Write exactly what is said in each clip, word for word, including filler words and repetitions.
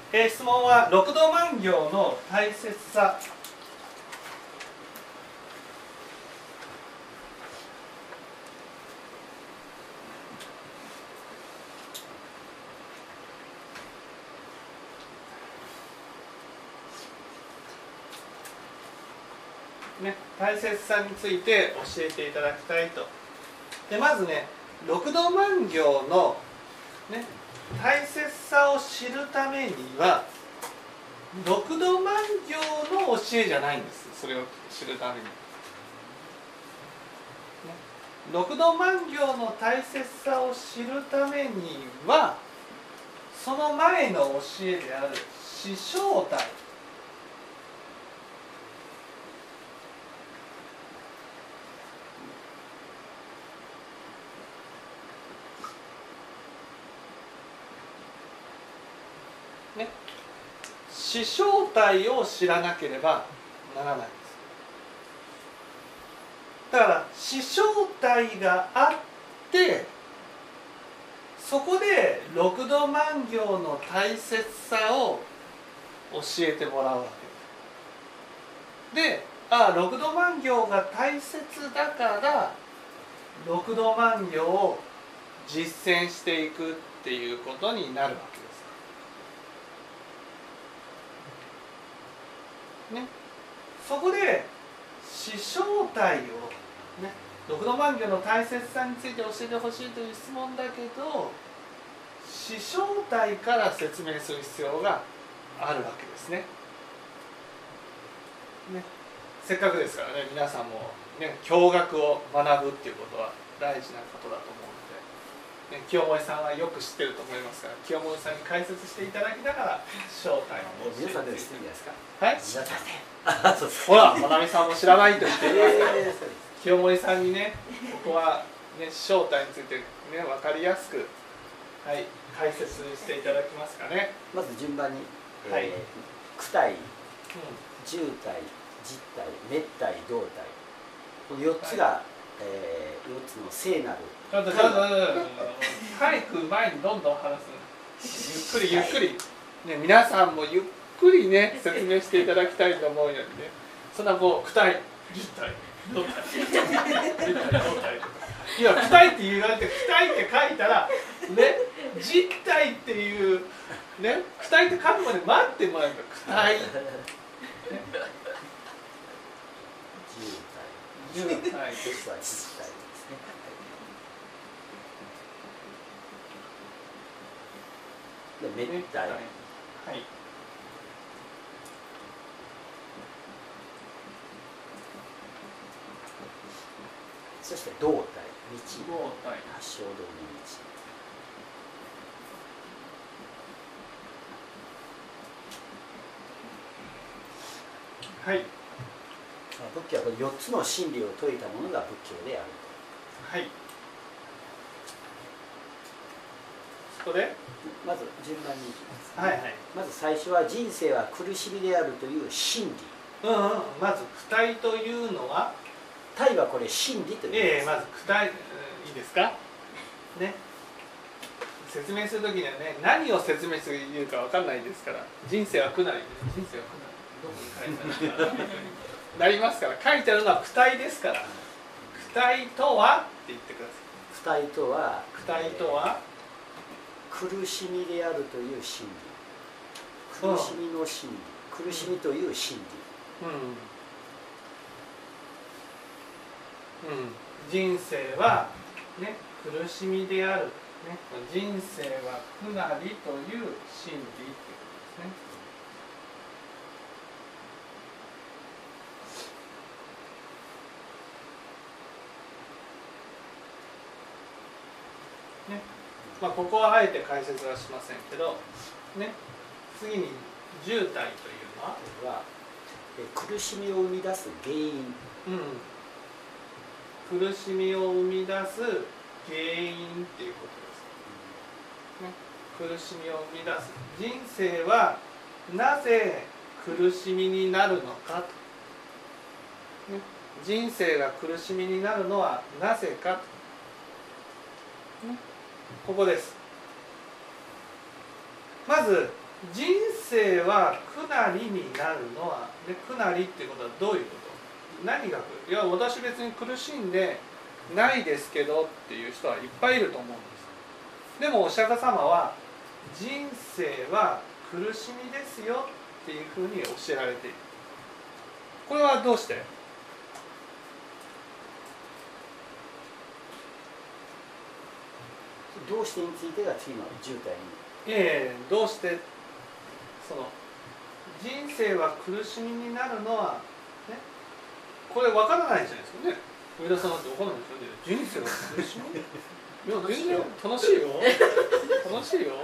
えー、質問は六度万行の大切さ。ね、大切さについて教えていただきたいと。でまずね、六度万行の、ね、大切さを知るためには六度万行の教えじゃないんです。それを知るために、ね、六度万行の大切さを知るためにはその前の教えである四聖諦、ね、四聖諦を知らなければならないんです。だから四聖諦があってそこで六度万行の大切さを教えてもらうわけで、ああ六度万行が大切だから六度万行を実践していくっていうことになるわけです。ね、そこで四聖諦を、ね、六度万行の大切さについて教えてほしいという質問だけど、四聖諦から説明する必要があるわけですね。ね、せっかくですからね、皆さんも、ね、経学を学ぶっていうことは大事なことだと思うので、ね、清盛さんはよく知ってると思いますから、清盛さんに解説していただきながら四聖諦を教えて皆さんでも知ってるんじゃないですか。 はい、 皆さんでほら、まなみさんも知らないと言っていますから、 えー清盛さんにね、ここは、ね、四聖諦について、ね、分かりやすく、はい、解説していただけますかね。 まず順番に、えーはい、 九体、 うん、 十体、十体、滅体、道体、このよっつが、はい、えー、よっつの聖なる。 ちょっとちょっと早く前にどんどん話す。ゆっくりゆっくり、ね、皆さんもゆっくりね説明していただきたいと思うようにね、そんなこう九体、十体、道体、十体、道体とか、いや九体って言われて九体って書いたらね、十体っていうね、九体って書くまで待ってもらうから九体。十体、十体、十体ですね。で滅体、はい、そして道体、道、道体、八正道の道。はい。仏教はこれよっつの真理を説いたものが仏教であると。はい。そこでまず順番にいきます、ね。はいはい。まず最初は人生は苦しみであるという真理。うんうん。まず苦体というのは、体はこれ真理という。ええ、まず苦体、いいですか。ね。説明するときにはね、何を説明するかわかんないですから、人生は苦難、人生は苦難。どこに書いてあるかなりますから、書いてあるのは苦体ですから。苦体とはって言ってください。苦体とは、苦体とは苦しみであるという真理。苦しみの真理、苦しみという真理。うん、うん、人生は、ね、苦しみである、ね、人生は苦なりという真理ってことですね。ね、まあここはあえて解説はしませんけど、ね、次に十体というのは、は苦しみを生み出す原因、うん、苦しみを生み出す原因っていうことです、ね、苦しみを生み出す。人生はなぜ苦しみになるのかと、ね、人生が苦しみになるのはなぜかと、ね、ここです。まず人生は苦なりになるのは、ね、苦なりっていうことはどういうこと？何が来る？いや私別に苦しんでないですけどっていう人はいっぱいいると思うんです。でもお釈迦様は人生は苦しみですよっていうふうに教えられている。これはどうして？ どうしてについてが次のじゅう体に。 ええ、どうしてその人生は苦しみになるのは、ね、これ分からないじゃないですかね。上田さんだって分からないですよね。人生は苦しみ？いや全然楽しいよ。楽しいよ。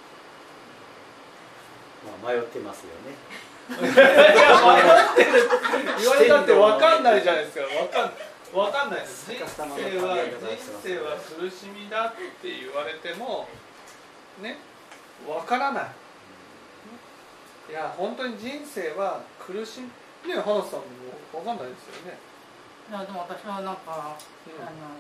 まあ迷ってますよね。 いや迷ってる言われたって分かんないじゃないですか。分かん分かんないです。人生は人生は苦しみだって言われてもね、分からない。いや本当に人生は苦しみね、花さんも分かんないですよね。 いやでも私はなんか、うん、あの、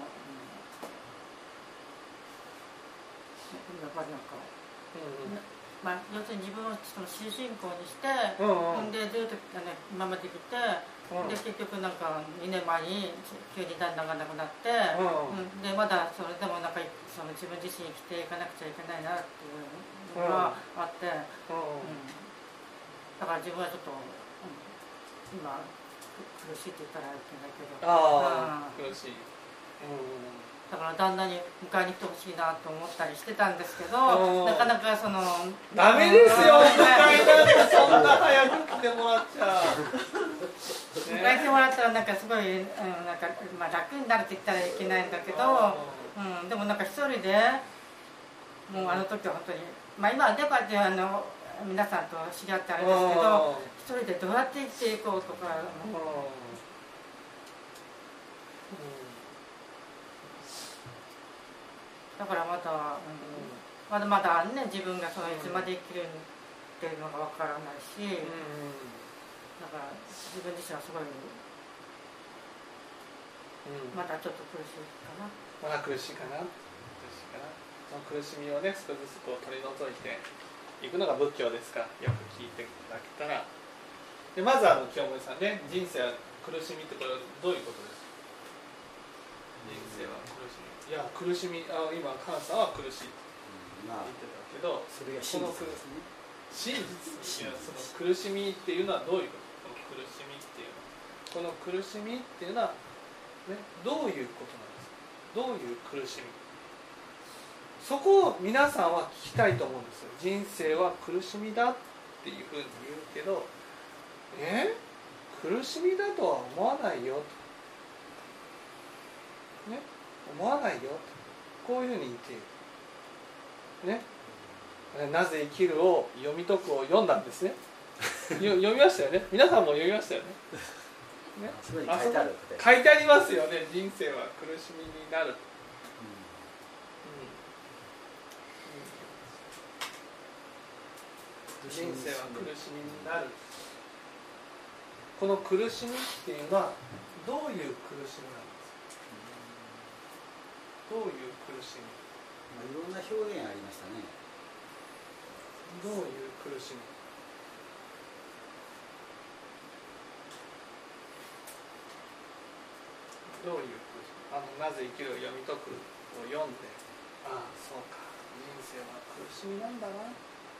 うん、やっぱりなんか、うんうん、まあ、要するに自分をその主人公にして、うんうん、でずっとあの今まで来て、うん、で結局なんかにねんまえに急にだんだんがなくなって、うんうん、でまだそれでもなんかその自分自身生きていかなくちゃいけないなっていうのがあって、うんうん、だから自分はちょっと、うん、今苦しいって言ったらいけないけど、 ああ、苦しい、うん、 だから旦那に迎えに来てほしいなと思ったりしてたんですけど、なかなかそのダメですよ、迎えなんてそんな早く来てもらっちゃ迎えてもらったらなんかすごい、うん、なんか、まあ、楽になるって言ったらいけないんだけど、うん、でもなんか一人でもうあの時は本当に、まあ、今はデパートであの皆さんと知り合ってあれですけど、一人でどうやって生きていこうとか、うん、だからまだ、うん、まだまだね自分がそのいつまで生きるっていうのがわからないし、うん、だから自分自身はすごい、うん、まだちょっと苦しいかな。 まだ苦しいかな。苦しいかな。その苦しみをね少しずつこう取り除いていくのが仏教ですか。よく聞いていただけたら。でまずあの清盛さんね、人生は苦しみってこれはどういうことですか。人生は苦しみ。いや苦しみ、あ今カナさんは苦しいって言ってたけど、 それが真実ですね。 真実。いやその苦しみっていうのはどういうこと。この苦しみっていうのは、この苦しみっていうのはねどういうことなんですか。どういう苦しみ。そこを皆さんは聞きたいと思うんですよ。人生は苦しみだっていうふうに言うけど、え苦しみだとは思わないよと、ね、思わないよとこういうふうに言っている、ね、なぜ生きるを読み解くを読んだんですね。読みましたよね。皆さんも読みましたよね。ね、あそこ書いてありますよね。人生は苦しみになる。人生は苦しみになる。この苦しみっていうのはどういう苦しみなんですか。どういう苦しみ。 いろんな表現ありましたね。 どういう苦しみ。どういう苦しみ。あのなぜ生きるを読み解くを読んで、ああそうか、人生は苦しみなんだな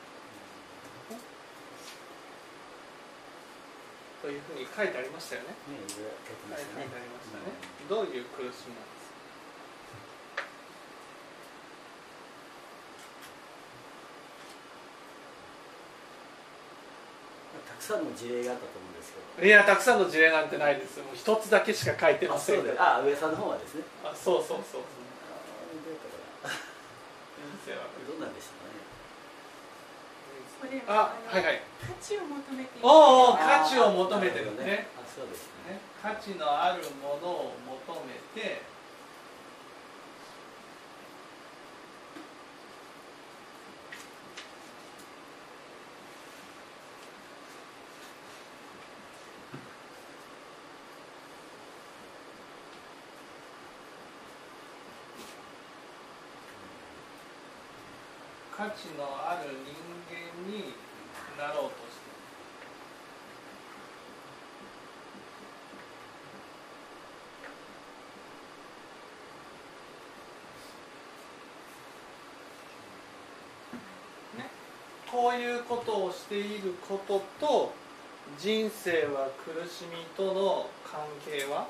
というふうに書いてありましたよね。 ね、書いてましたね。 書いてありましたね。うん、どういう苦しみなんですか。 たくさんの事例があったと思うんですけど。 いや、たくさんの事例なんてないです。もう一つだけしか書いてません。 あ、上さんの方はですね。 あ、そうそうそうそう。 あ、どうやったかな。どうなんでしたかね。 あ、はいはい。 価値を求めている。 おお、価値を求めてるね。 あ、そうですね。 価値のあるものを求めて、価値のある人間になろうとしている、ね、こういうことをしていることと人生は苦しみとの関係は？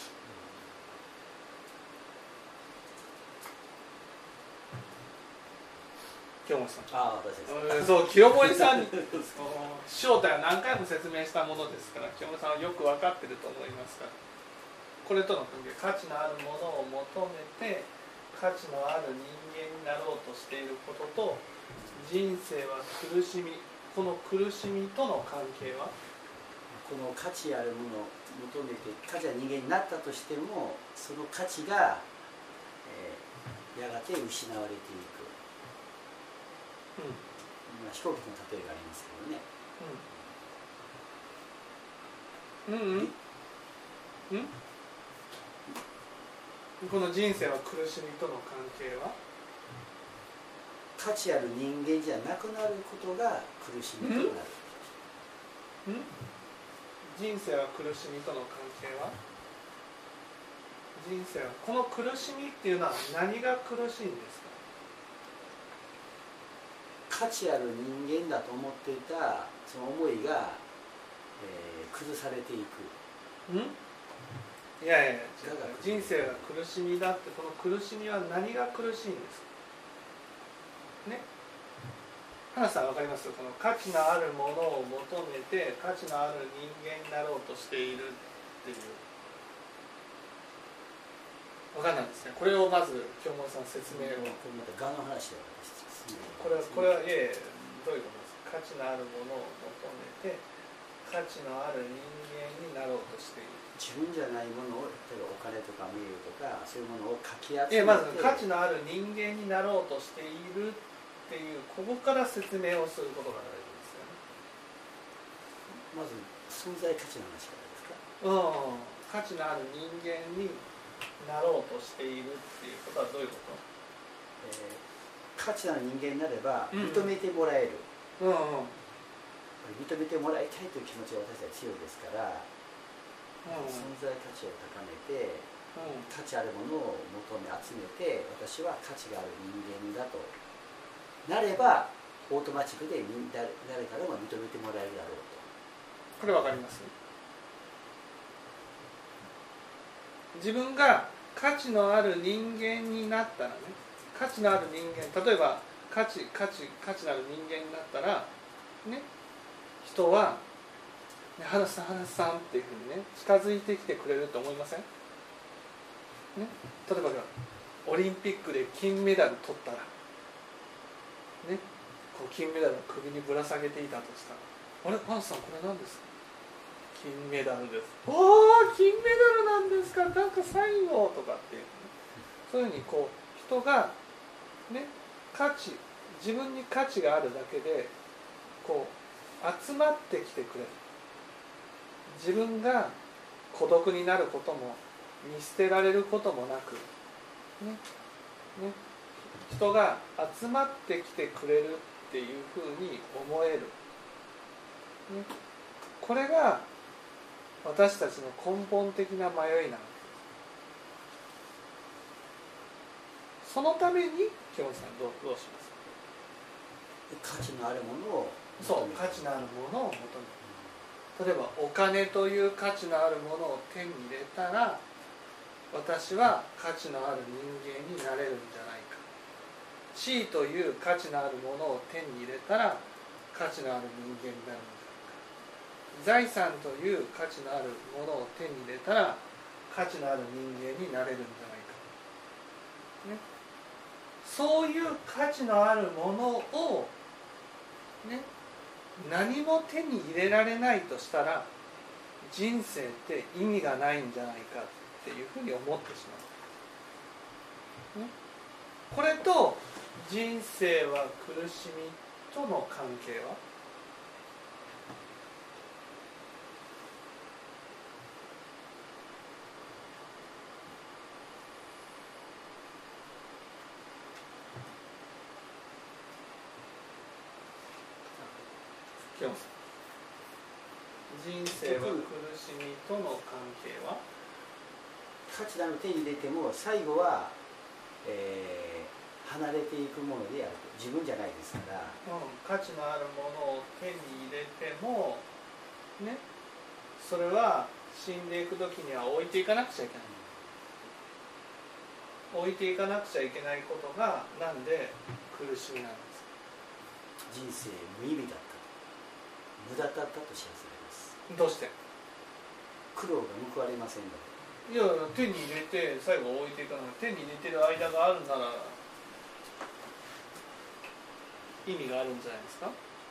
清盛さん。 ああ、私です。 そう、清盛さんに正体は何回も説明したものですから、清盛さんはよく分かってると思いますから。これとの関係、価値のあるものを求めて価値のある人間になろうとしていることと、人生は苦しみ、この苦しみとの関係は？ この価値あるものを求めて、価値ある人間になったとしても、その価値が、えー、やがて失われていく。うん、今飛行機の例えがありますけどね。 うんうんうん、この人生は苦しみとの関係は？ 価値ある人間じゃなくなることが苦しみとなる。 うん、人生は苦しみとの関係は？人生はこの苦しみっていうのは何が苦しいんですか？ 価値ある人間だと思っていたその思いが、えー、崩されていく。 ん？いやいやいや、人生が苦しみだって、この苦しみは何が苦しいんですか？ね、花さん分かります？この価値のあるものを求めて価値のある人間になろうとしているっていう、分かんないですね。これをまず京本さん説明を。 これまたガの話だ。 これはこれはいえいえ、どういうことですか？価値のあるものを求めて価値のある人間になろうとしている。 自分じゃないものを、例えばお金とか名誉とかそういうものをかき集めて、 えまず価値のある人間になろうとしているっていう、ここから説明をすることが大事ですよね。 まず存在価値の話からですか？ うん、価値のある人間になろうとしているっていうことはどういうこと？ えー価値のある人間になれば認めてもらえる、 うんうんうん、 認めてもらいたいという気持ちが私たち強いですから、うんうん、存在価値を高めて、うん、価値あるものを求め集めて、私は価値がある人間だとなればオートマチックで誰からも認めてもらえるだろうと。これ分かります？自分が価値のある人間になったらね、価値のある人間、例えば価値価値価値のある人間になったらね、人は「ね、花さん花さん」っていうふうにね近づいてきてくれると思いません？ね、例えばオリンピックで金メダル取ったらね、こう金メダルを首にぶら下げていたとしたら「あれ花さんこれ何ですか？」「金メダルです」「おー金メダルなんですか？なんかサインを」とかっていう、ね、そういうふうにこう人がね、価値、自分に価値があるだけでこう集まってきてくれる。自分が孤独になることも見捨てられることもなく、ねね、人が集まってきてくれるっていうふうに思える、ね、これが私たちの根本的な迷いなわけです。そのために清盛さんどう、どうしますか？価値のあるものをそう、価値のあるものを求める。例えばお金という価値のあるものを手に入れたら、私は価値のある人間になれるんじゃないか。地位という価値のあるものを手に入れたら価値のある人間になるんじゃないか。財産という価値のあるものを手に入れたら価値のある人間になれるんじゃないか、ね、そういう価値のあるものを、ね、何も手に入れられないとしたら人生って意味がないんじゃないかっていうふうに思ってしまう、ね、これと人生は苦しみとの関係は？ 今日人生は苦しみとの関係は価値なる手に入れても最後は、えー、離れていくものであると。自分じゃないですから、 うん、価値のあるものを手に入れてもね、それは死んでいく時には置いていかなくちゃいけない、うん、置いていかなくちゃいけないことがなんで苦しみなんです。 人生無意味だった、無駄だったと知らされます。 どうして？ 苦労が報われませんので。いや、手に入れて最後置いていかない。手に入れてる間があるなら意味があるんじゃないですか。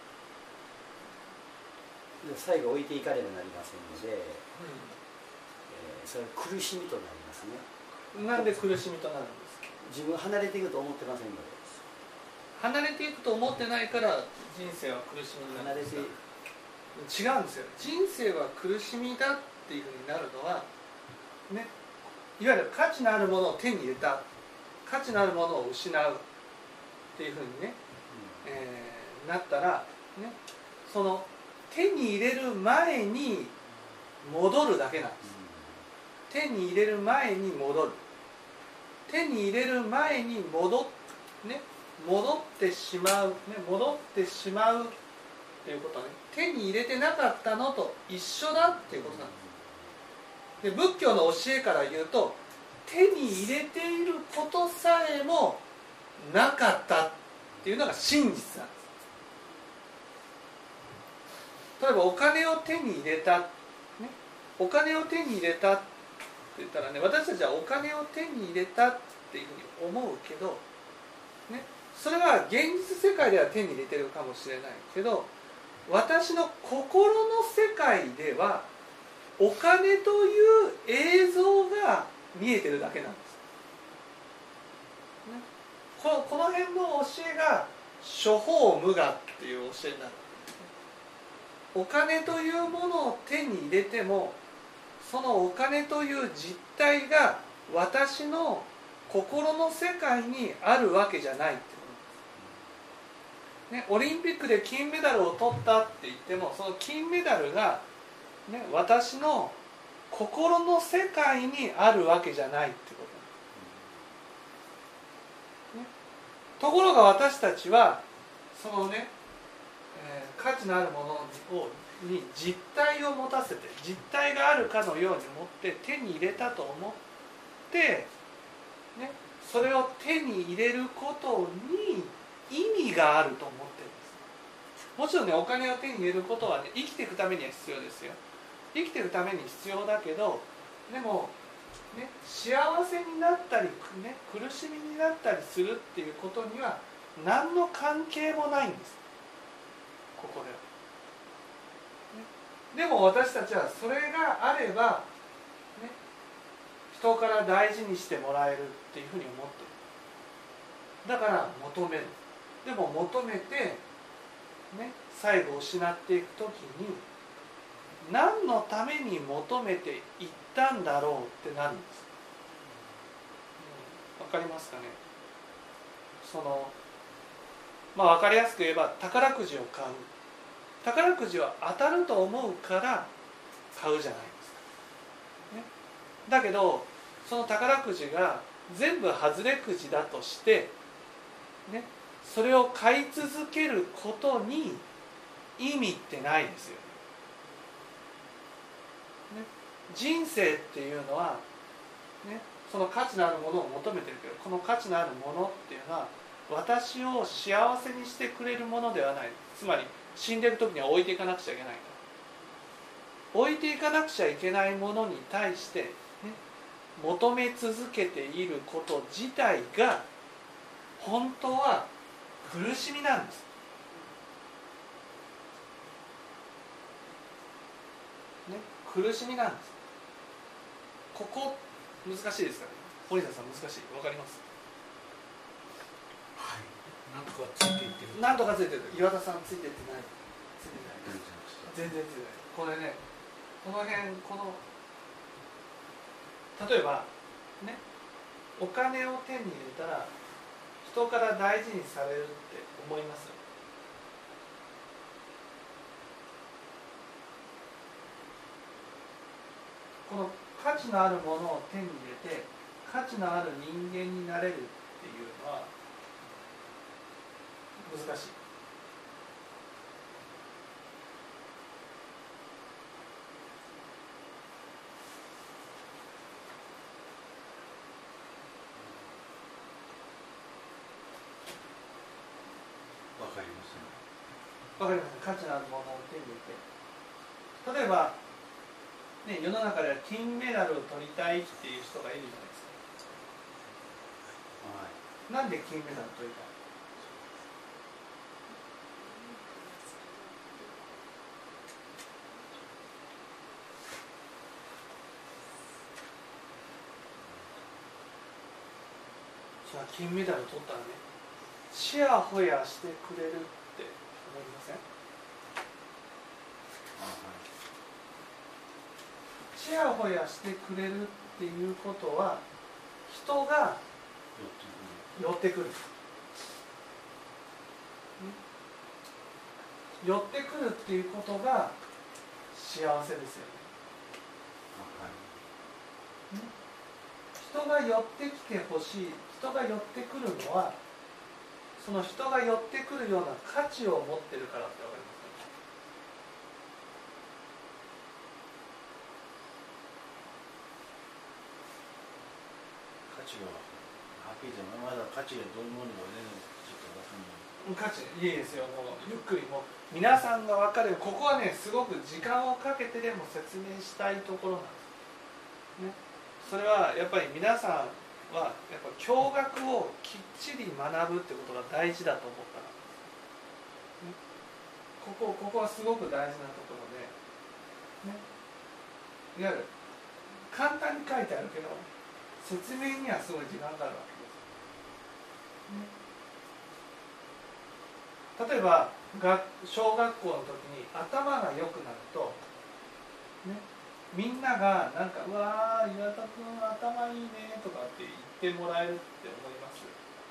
最後置いていかればなりませんので、うんえー、それは苦しみとなりますね。 なんで苦しみとなるんですか。 自分離れていくと思ってませんので。 離れていくと思ってないから人生は苦しみになるんですか。違うんですよ。人生は苦しみだっていうふうになるのはね、いわゆる価値のあるものを手に入れた、価値のあるものを失うっていうふうにね、うんえー、なったらね、その手に入れる前に戻るだけなんです。手に入れる前に戻る。手に入れる前に戻っ、ね、戻ってしまう、ね、戻ってしまうっていうことはね、手に入れてなかったのと一緒だっていうことなんです。で、仏教の教えから言うと、手に入れていることさえもなかったっていうのが真実なんです。例えばお金を手に入れた、ね、お金を手に入れたって言ったらね、私たちはお金を手に入れたっていうふうに思うけど、ね、それは現実世界では手に入れてるかもしれないけど、私の心の世界ではお金という映像が見えてるだけなんです、ね、この、この辺の教えが諸法無我っていう教えになる。お金というものを手に入れても、そのお金という実体が私の心の世界にあるわけじゃないってことです、ね、オリンピックで金メダルを取ったって言っても、その金メダルが、ね、私の心の世界にあるわけじゃないってこと、ね、ところが私たちはそのね、えー、価値のあるものをに実体を持たせて、実体があるかのように持って手に入れたと思って、ね、それを手に入れることに意味があると思ってるんです。もちろんね、お金を手に入れることはね、生きていくためには必要ですよ。生きていくために必要だけど、でも、ね、幸せになったり、ね、苦しみになったりするっていうことには何の関係もないんです、ここでは。でも私たちはそれがあれば、ね、人から大事にしてもらえるっていうふうに思っている。だから求める。でも求めて、ね、最後失っていくときに何のために求めていったんだろうってなるんです。わ、うん、かりますかね。そのまあわかりやすく言えば、宝くじを買う。宝くじは当たると思うから買うじゃないですか、ね、だけどその宝くじが全部外れくじだとして、ね、それを買い続けることに意味ってないですよ、ね、人生っていうのは、ね、その価値のあるものを求めてるけど、この価値のあるものっていうのは私を幸せにしてくれるものではない。つまり死んでいく時には置いていかなくちゃいけないから、置いていかなくちゃいけないものに対して、ね、求め続けていること自体が本当は苦しみなんです、ね、苦しみなんです。ここ難しいですかね。堀田さん難しい。わかります？ はい。なんとかついていってる。 なんとかついてる。岩田さんついていってない。ついてない。全然ついてない。これね、この辺、この例えばね、お金を手に入れたら人から大事にされるって思います？ この価値のあるものを手に入れて価値のある人間になれるっていうのは難しい。 わかりますね。 わかります。価値のあるものを手に入れて、例えば、ね、世の中では金メダルを取りたいっていう人がいるじゃないですか。はい、なんで金メダルを取りたい？じゃあ金メダル取ったらね、ちやほやしてくれるって思いません？ちやほやしてくれるっていうことは人が寄ってくる、寄ってくるっていうことが幸せですよね。人が寄ってきてほしい、人が寄ってくるのはその人が寄ってくるような価値を持ってるからってわかりますか？ 価値がはっきり言ってまだ価値がどういうものかねちょっとわかんない。 価値いいですよ。もうゆっくりもう皆さんが分かる。ここはねすごく時間をかけてでも説明したいところなんです、ね、それはやっぱり皆さんはやっぱ教学をきっちり学ぶってことが大事だと思ったら、ね、ここここはすごく大事なところで、ね、いわゆる簡単に書いてあるけど説明にはすごい時間があるわけです、ね、例えば小学校の時に頭が良くなると、ね、みんながなんか「うわー岩田君頭いいね」とかって言ってもらえるって思います？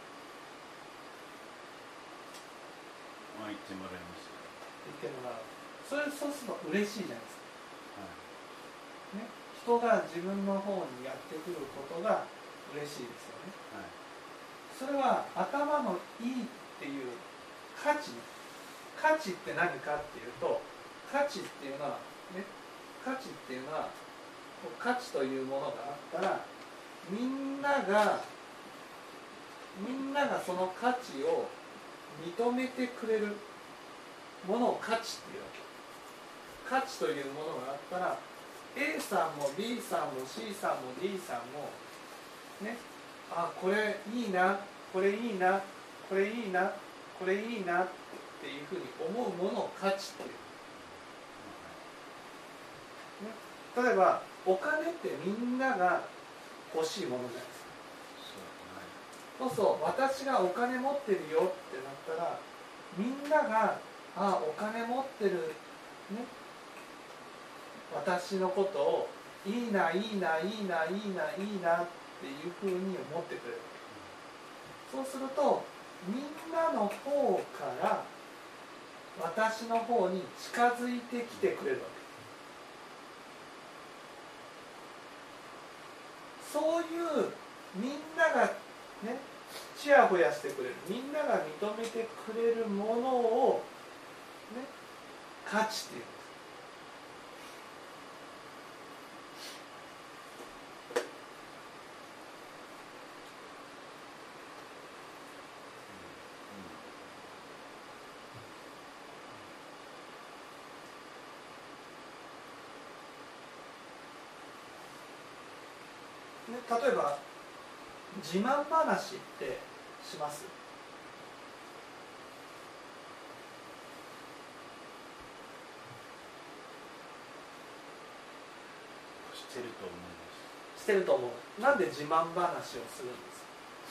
まあ言ってもらいます。 言ってもらう。それそうすると嬉しいじゃないですか、はいね、人が自分の方にやってくることが嬉しいですよね、はい、それは頭のいいっていう価値、価値って何かっていうと、価値っていうのはね、価値っていうのは価値というものがあったらみんながみんながその価値を認めてくれるものを価値っていうわけ。価値というものがあったら A さんも B さんも C さんも D さんもね、あ、これいいな、これいいな、これいいな、これいいなっていうふうに思うものを価値っていう、ね、例えばお金ってみんなが欲しいものじゃないですか。そうそう、私がお金持ってるよってなったらみんながあ、お金持ってるね、私のことをいいないいないいないいないいなっていうふうに思ってくれる。そうするとみんなの方から私の方に近づいてきてくれるわけ。そういうみんながね、ちやほやしてくれる、みんなが認めてくれるものを、ね、価値っていうんです。例えば自慢話ってします？ してると思います。 してると思う。なんで自慢話をするんですか？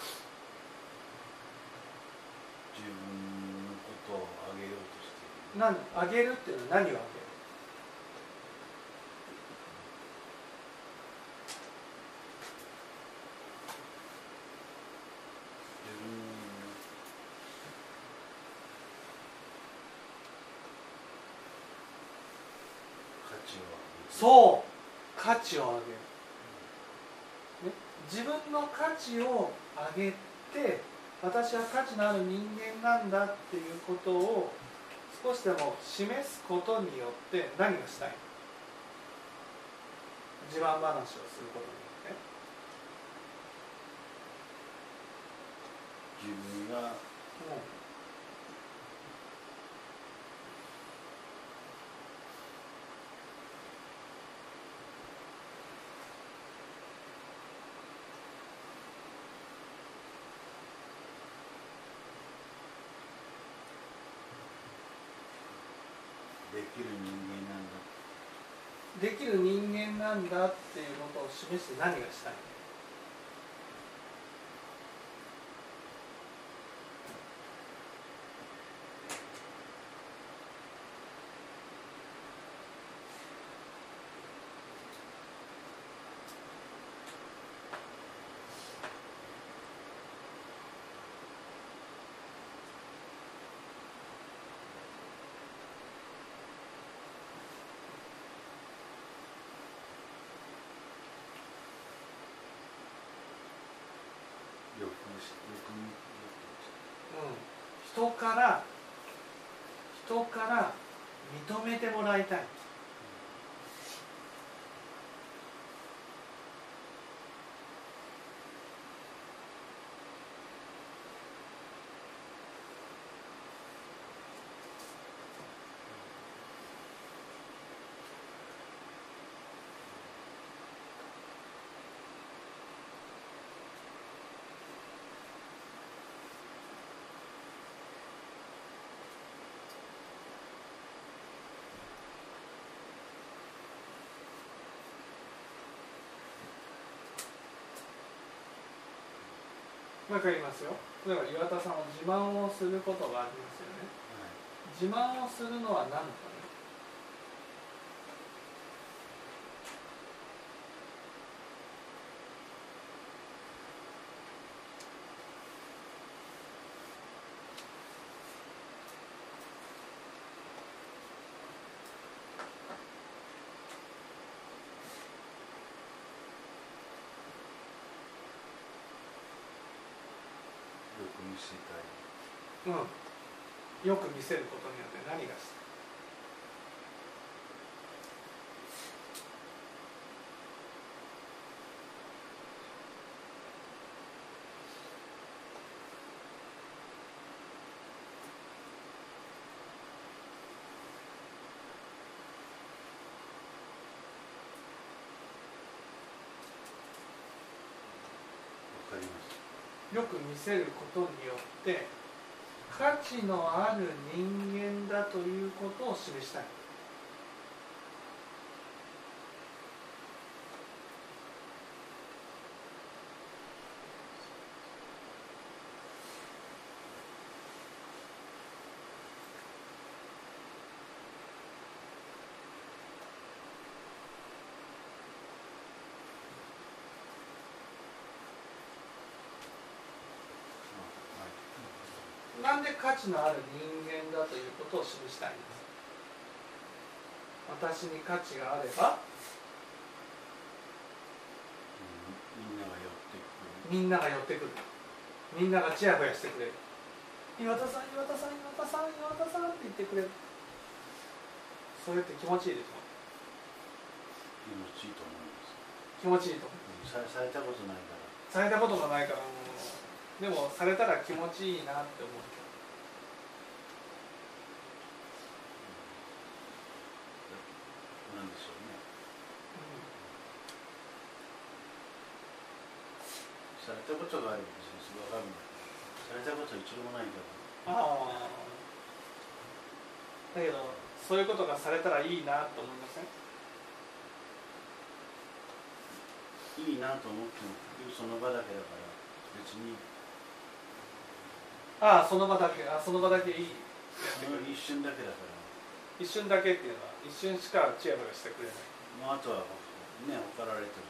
自分のことをあげようとしている。 何あげるっていうのは何をあげる？そう、 価値を上げる、ね、自分の価値を上げて、私は価値のある人間なんだっていうことを少しでも示すことによって何がしたいの？自慢話をすることによって自分が、うん、できる人間なんだ、 できる人間なんだっていうことを示して何がしたいの？うん、人から人から認めてもらいたい。もう一回言いますよ。例えば岩田さんは自慢をすることがありますよね、はい、自慢をするのは何かね。うん、よく見せることによって何がしたい？ わかります。 よく見せることによって価値のある人間だということを示したい。なんで価値のある人間だということを示したいんです。私に価値があれば、 うん、みんなが寄ってくる。 みんなが寄ってくる。みんながチヤホヤしてくれる。岩田さん、岩田さん、岩田さん、岩田さんって言ってくれる。それって気持ちいいでしょ？ 気持ちいいと思います。 気持ちいいと思う。 さ, されたことないから。 されたことがないから、もうでもされたら気持ちいいなって思う。 なんでしょうね。うん、されたことがあるんですよ。すごいわかるんだけど、されたこと一度もないから。 ああ。だけどそういうことがされたらいいなと思いません？ いいなと思ってもその場だけだから別に。 ああ、その場だけ、あその場だけいい。 その一瞬だけだから。 一瞬だけっていうのは一瞬しかチヤホヤしてくれない。 まあ、あとはね、怒られてる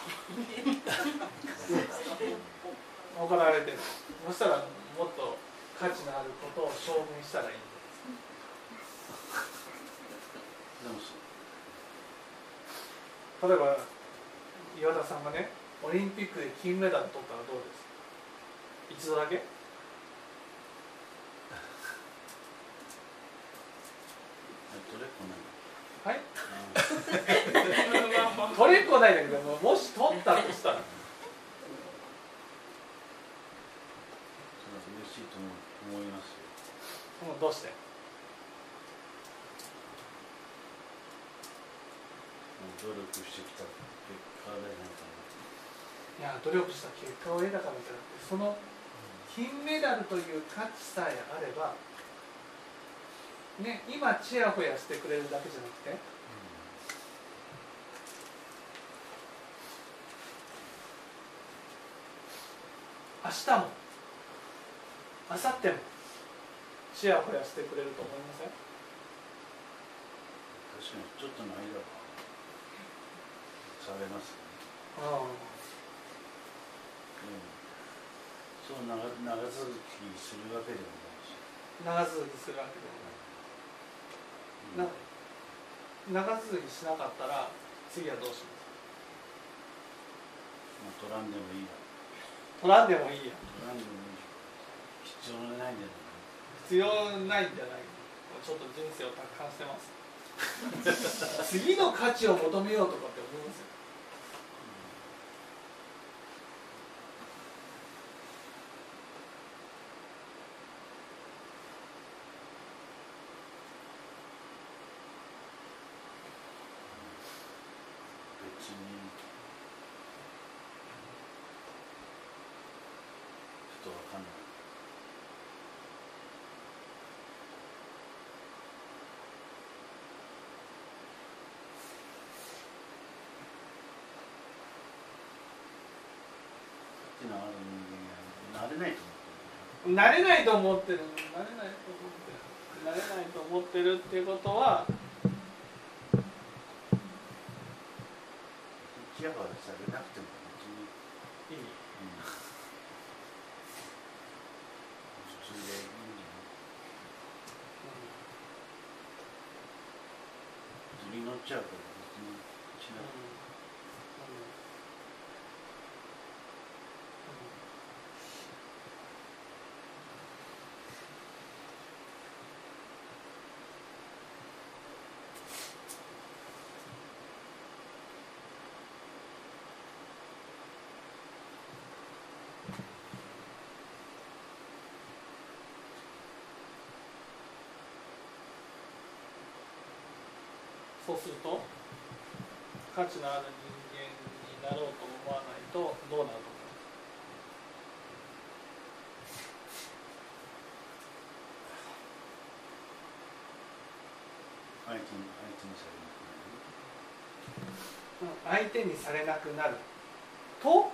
怒られてる。そしたらもっと価値のあることを証明したらいいんです。 でも例えば岩田さんがねオリンピックで金メダル取ったらどうですか？一度だけ？はい。取れっこないんだけども、もし取ったとしたら嬉しいと思いますよ。 どうして？ 努力してきた結果でなんか、 いや努力した結果を得たからじゃなくて、その金メダルという価値さえあれば、ね、今ちやほやしてくれるだけじゃなくて、うん、明日も明後日もちやほやしてくれると思いません？ 確かにちょっとの間はされますね。 ああ、うん、 そう長長続きするわけでもないし、 長続きするわけでもない、うん、な長続きしなかったら次はどうしますか？ まあ、取らんでもいいや。 取らんでもいいや。 取らんでもいい。必要ないんじゃない？ 必要ないんじゃない？ちょっと人生を達観してます次の価値を求めようとかって思いますよ。 別にちょっとわかんない。慣れないと思ってる。 慣れないと思ってる。慣れないと思ってる。慣れないと思ってるっていうことは、 チヤホヤされなくても別にいい。うん、普通でいいんじゃない？釣り乗っちゃうから別にしなくて。 そうすると価値のある人間になろうと思わないとどうなると思います？ 相手に、相手にされなくなる。 相手にされなくなると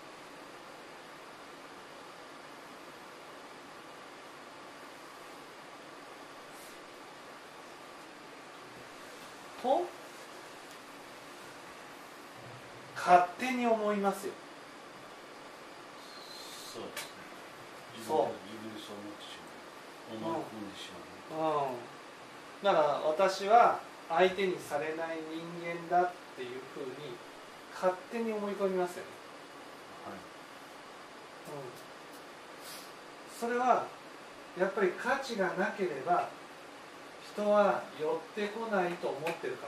と勝手に思いますよ。 そうですね。自そう分でそう思ってしまう。思い込んでしまう。 うん、だから私は相手にされない人間だっていうふうに勝手に思い込みますよね。 はい。 うん、それはやっぱり価値がなければ人は寄ってこないと思ってるから。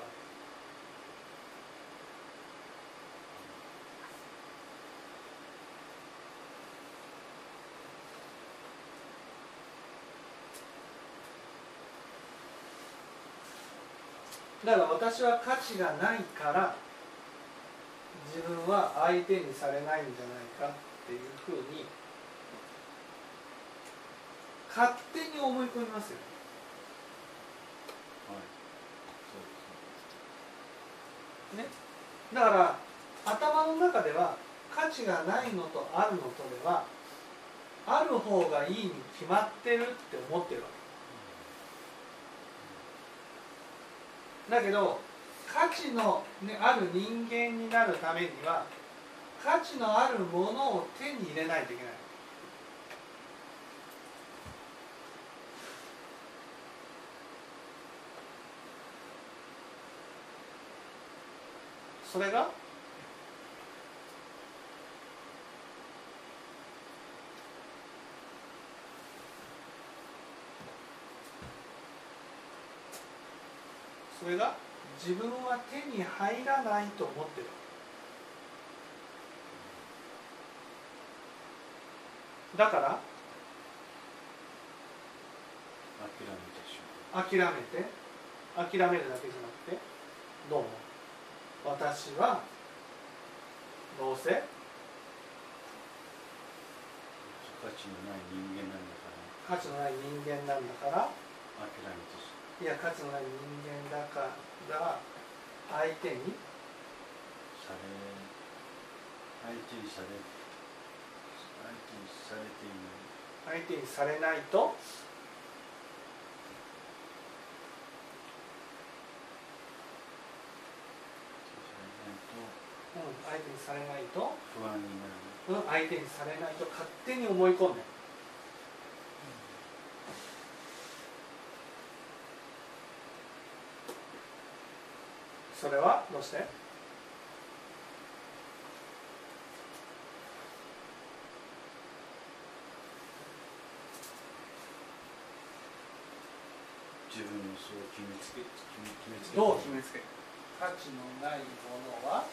だから私は価値がないから自分は相手にされないんじゃないかっていうふうに勝手に思い込みますよね。 はい、そうですね。 ね、だから頭の中では価値がないのとあるのとではある方がいいに決まってるって思ってるわけ。だけど価値の、ね、ある人間になるためには価値のあるものを手に入れないといけない。 それがそれが自分は手に入らないと思ってる。だから諦めてしまう。諦めて諦めるだけじゃなくて、どうも私はどうせ価値のない人間なんだから価値のない人間なんだから諦めてしまう。 いや価値のない人間だから相手にされ相手にされ相手にされていない相手にされないとうん、相手にされないと不安になうん、 る。 相手にされないと勝手に思い込んで、それはどうして？ 自分のそう決めつけ決めつけどう決めつける？価値のないものは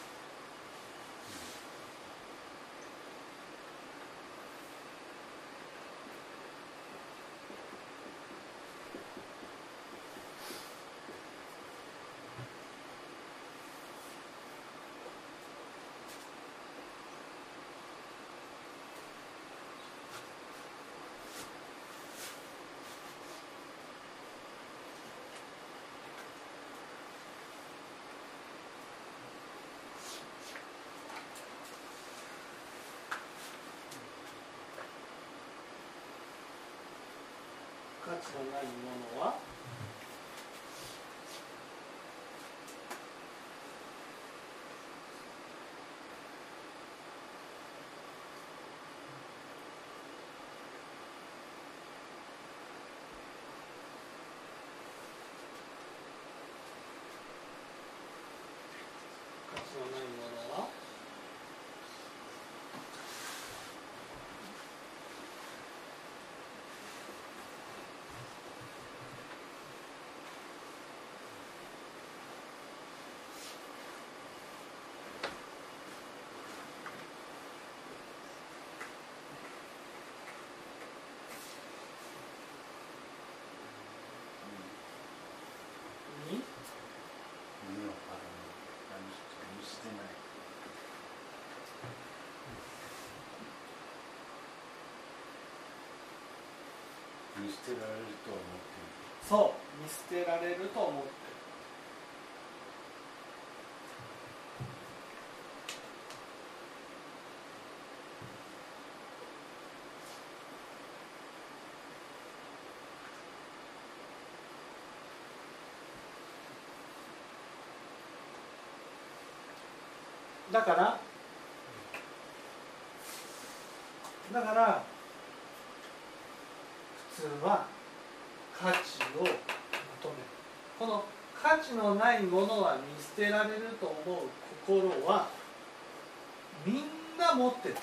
価値のないものは価値のないものはに目を張らない、見捨てない。見捨てられると思っている。 そう見捨てられると思ってる。だからだから普通は価値を求める。この価値のないものは見捨てられると思う心はみんな持ってる。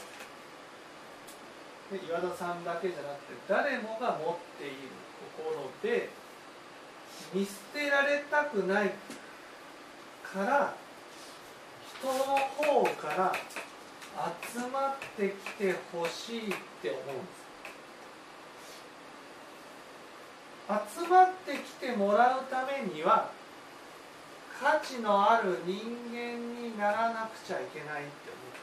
で岩田さんだけじゃなくて誰もが持っている心で、見捨てられたくないから人の方から集まってきてほしいって思うんです。集まってきてもらうためには価値のある人間にならなくちゃいけないって思ってる。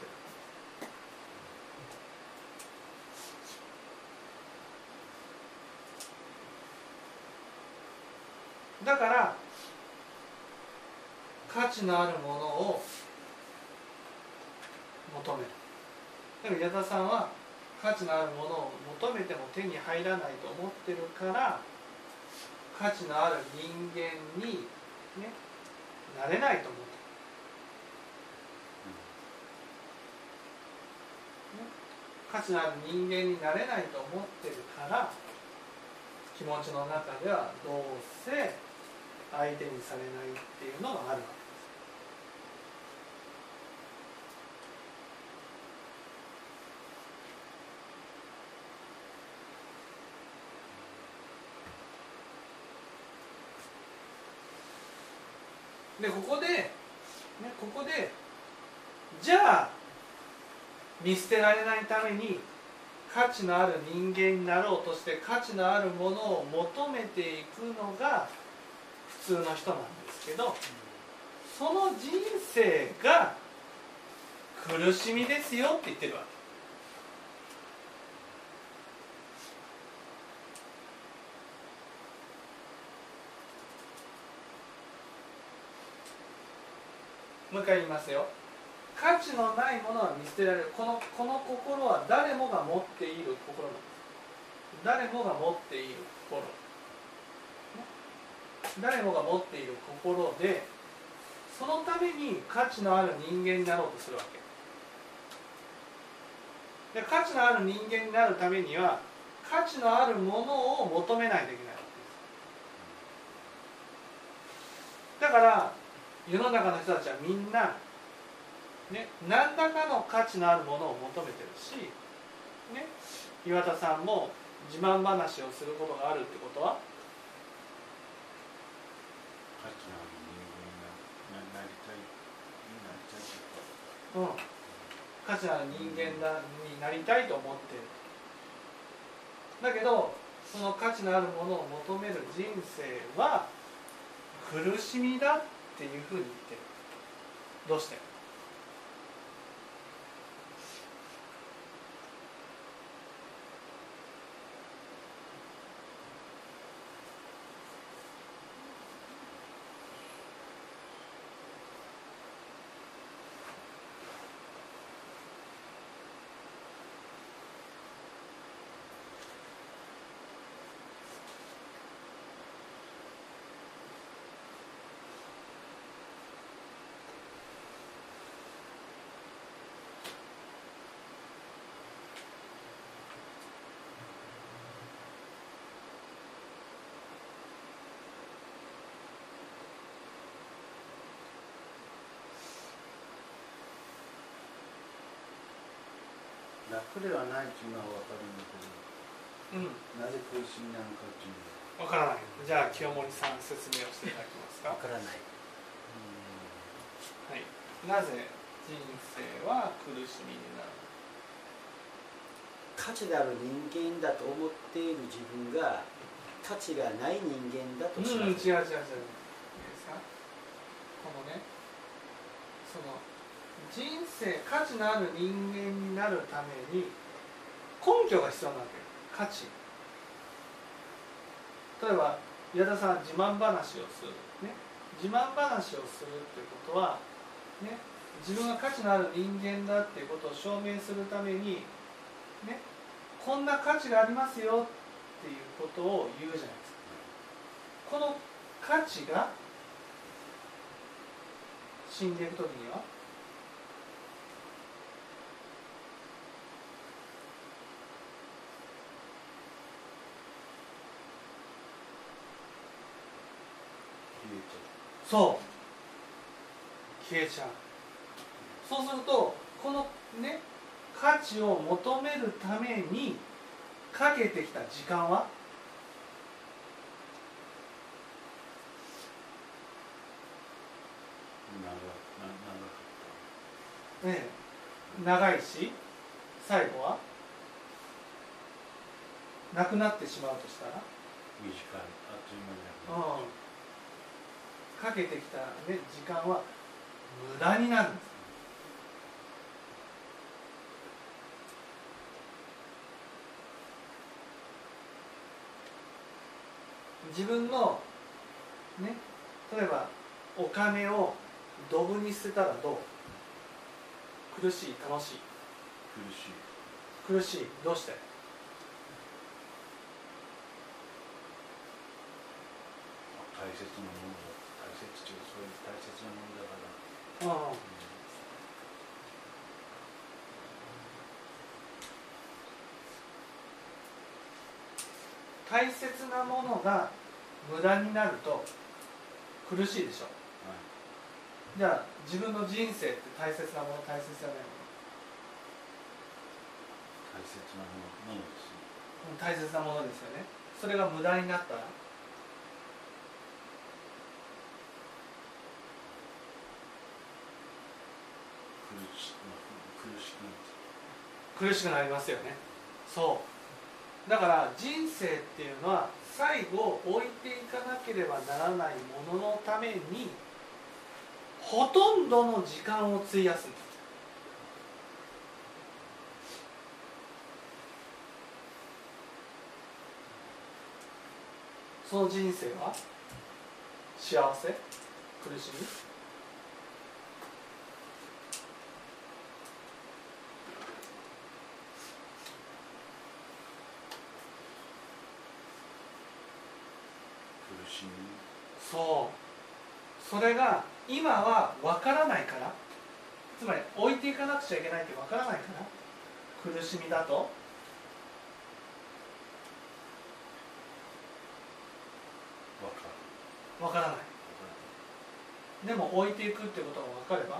だから価値のあるものを求める。でも矢田さんは価値のあるものを求めても手に入らないと思ってるから、価値のある人間に、ね、なれないと思ってる、ね、価値のある人間になれないと思ってるから、気持ちの中ではどうせ相手にされないっていうのがあるわけです。 でここで、ね、ここでじゃあ見捨てられないために価値のある人間になろうとして価値のあるものを求めていくのが普通の人なんですけど、その人生が苦しみですよって言ってるわけ。もう一回言いますよ。価値のないものは見捨てられる。この、この心は誰もが持っている心なんです。誰もが持っている心、誰もが持っている心で、そのために価値のある人間になろうとするわけで、価値のある人間になるためには価値のあるものを求めないといけないわけです。だから世の中の人たちはみんなね、何らかの価値のあるものを求めてるし、ね、岩田さんも自慢話をすることがあるってことは、 価値のある人間になりたい、 うん、価値のある人間だになりたいと思っている。だけどその価値のあるものを求める人生は苦しみだっていうふうに言ってる。どうして？ 楽ではないっていうのは分かるんだけど、うん、なぜ苦しみなのかっていうのは分からない。じゃあ清盛さん説明をしていただけますか。 分からない。 はい、なぜ人生は苦しみになる？ 価値がある人間だと思っている自分が価値がない人間だとします。 うん、違う違う違う。いいですか？このね、その人生、価値のある人間になるために根拠が必要なわけよ。価値。例えば矢田さん自慢話をする、ね、自慢話をするっていうことは、ね、自分が価値のある人間だっていうことを証明するために、ね、こんな価値がありますよっていうことを言うじゃないですか。この価値が死んでいくときにはそう消えちゃう。そうするとこのね価値を求めるためにかけてきた時間は長, 長, 長, ね、長いし最後はなくなってしまうとしたら短い、あっという間になくなる。 うんかけてきた、ね、時間は無駄になるんです。自分のね、例えばお金をドブに捨てたらどう？苦しい、楽しい？ 苦しい。 苦しい。どうして？ 大切なものだ。大切っていうそういう大切なものだから。うんうん大切なものが無駄になると苦しいでしょ、はい、じゃあ自分の人生って大切なもの、大切じゃないもの？ 大切なものですね。 大切なものですよね。それが無駄になったら苦しくなりますよね。そうだから人生っていうのは最後置いていかなければならないもののためにほとんどの時間を費やすんです。その人生は幸せ、苦しみ、そうそれが今は分からないから、つまり置いていかなくちゃいけないって分からないから苦しみだと分からない。でも置いていくってことが分かれば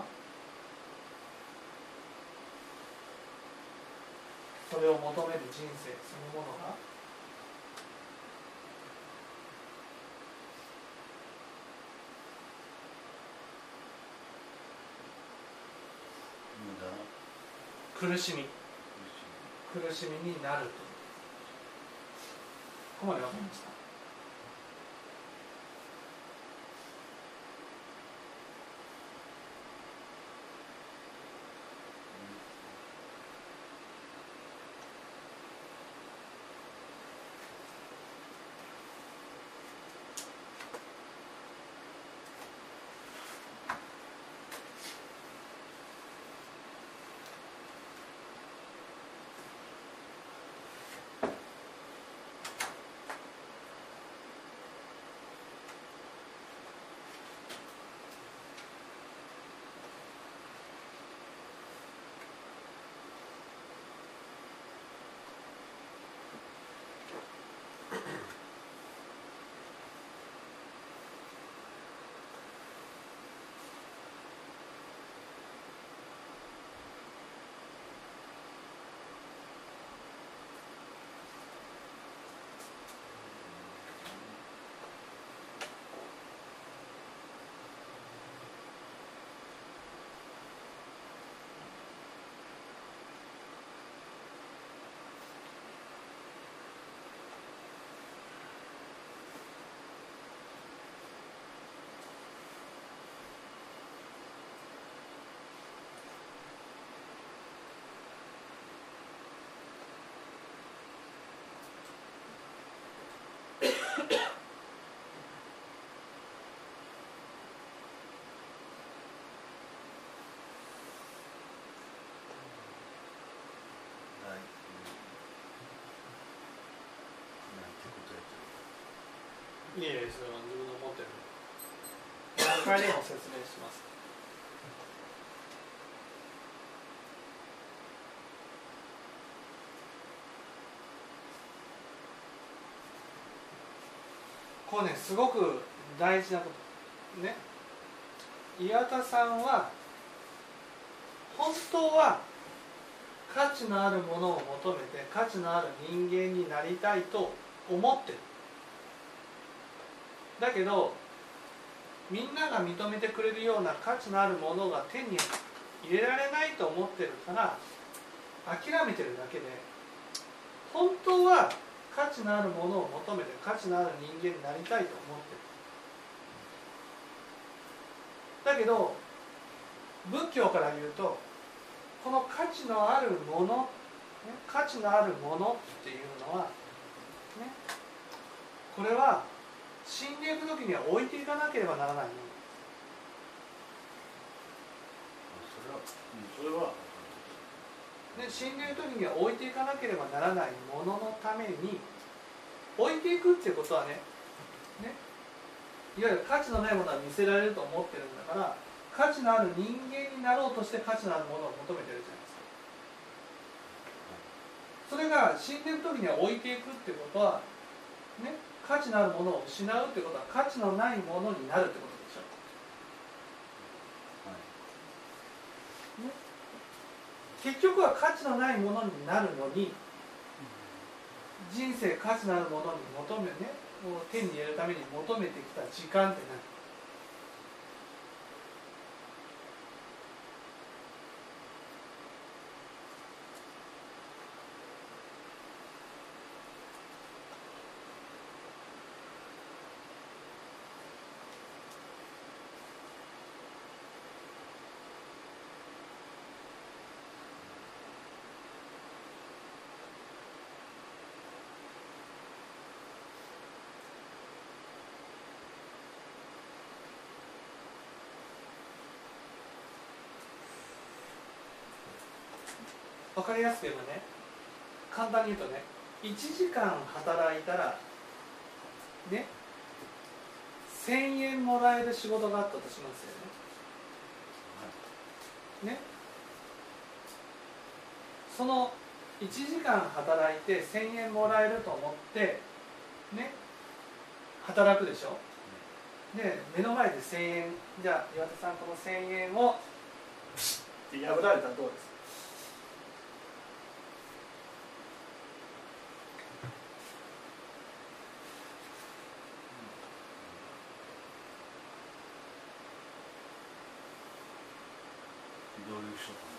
それを求める人生そのものが苦しみ苦しみになると。ここまで分かりました。いえいえ、それは自分の持ってる段階でも説明します。これね、すごく大事なことね。岩田さんは本当は価値のあるものを求めて価値のある人間になりたいと思ってる。だけどみんなが認めてくれるような価値のあるものが手に入れられないと思ってるから諦めてるだけで、本当は価値のあるものを求めて価値のある人間になりたいと思ってる。だけど仏教から言うとこの価値のあるもの、価値のあるものっていうのは、ね、これは死んでいく時には置いていかなければならないもの。それは、それはね、死んでいる時には置いていかなければならないもののために置いていくっていうことはね、ね、いわゆる価値のないものは見せられると思ってるんだから、価値のある人間になろうとして価値のあるものを求めてるじゃないですか。それが死んでいる時には置いていくってことはね、価値のあるものを失うってことは価値のないものになるってことでしょ、はいね、結局は価値のないものになるのに人生価値のあるものに求めね、もう手に入れるために求めてきた時間って何？ 分かりやすく言えばね、簡単に言うとね、いちじかん働いたらねせんえんもらえる仕事があったとしますよね。ね、そのいちじかん働いてせんえんもらえると思ってね働くでしょ。で目の前でせんえん、じゃあ岩田さんこのせんえんをプシッって破られたらどうですか。 どういう人か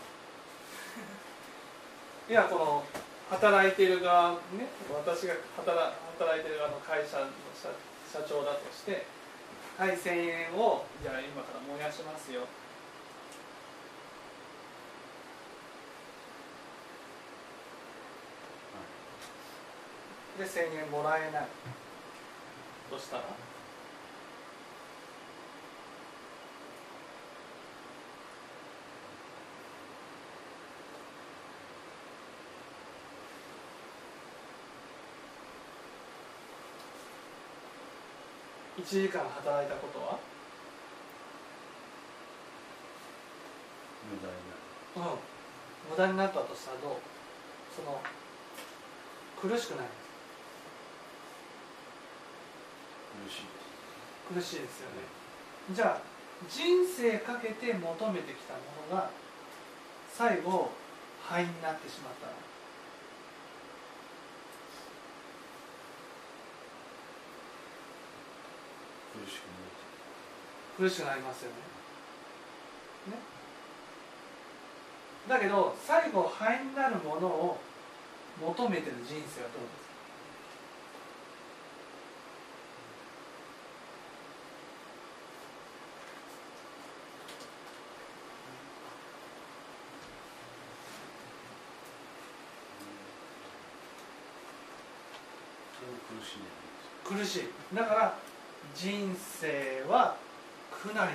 いや、この働いている側ね、私が働働いている側の会社の社社長だとして、はい、せんえんをじゃあ今から燃やしますよ。でせんえんもらえないとしたら、いちじかん働いたことは無駄になる。 うん、無駄になったとしたらどう、その苦しくないですか。 苦しいです。 苦しいですよね。じゃあ人生かけて求めてきたものが最後灰になってしまったら、 苦しくない。 苦しくなりますよね。ね。だけど最後灰になるものを求めてる人生はどうですか。 苦しい。 苦しい。だから人生は苦難になる。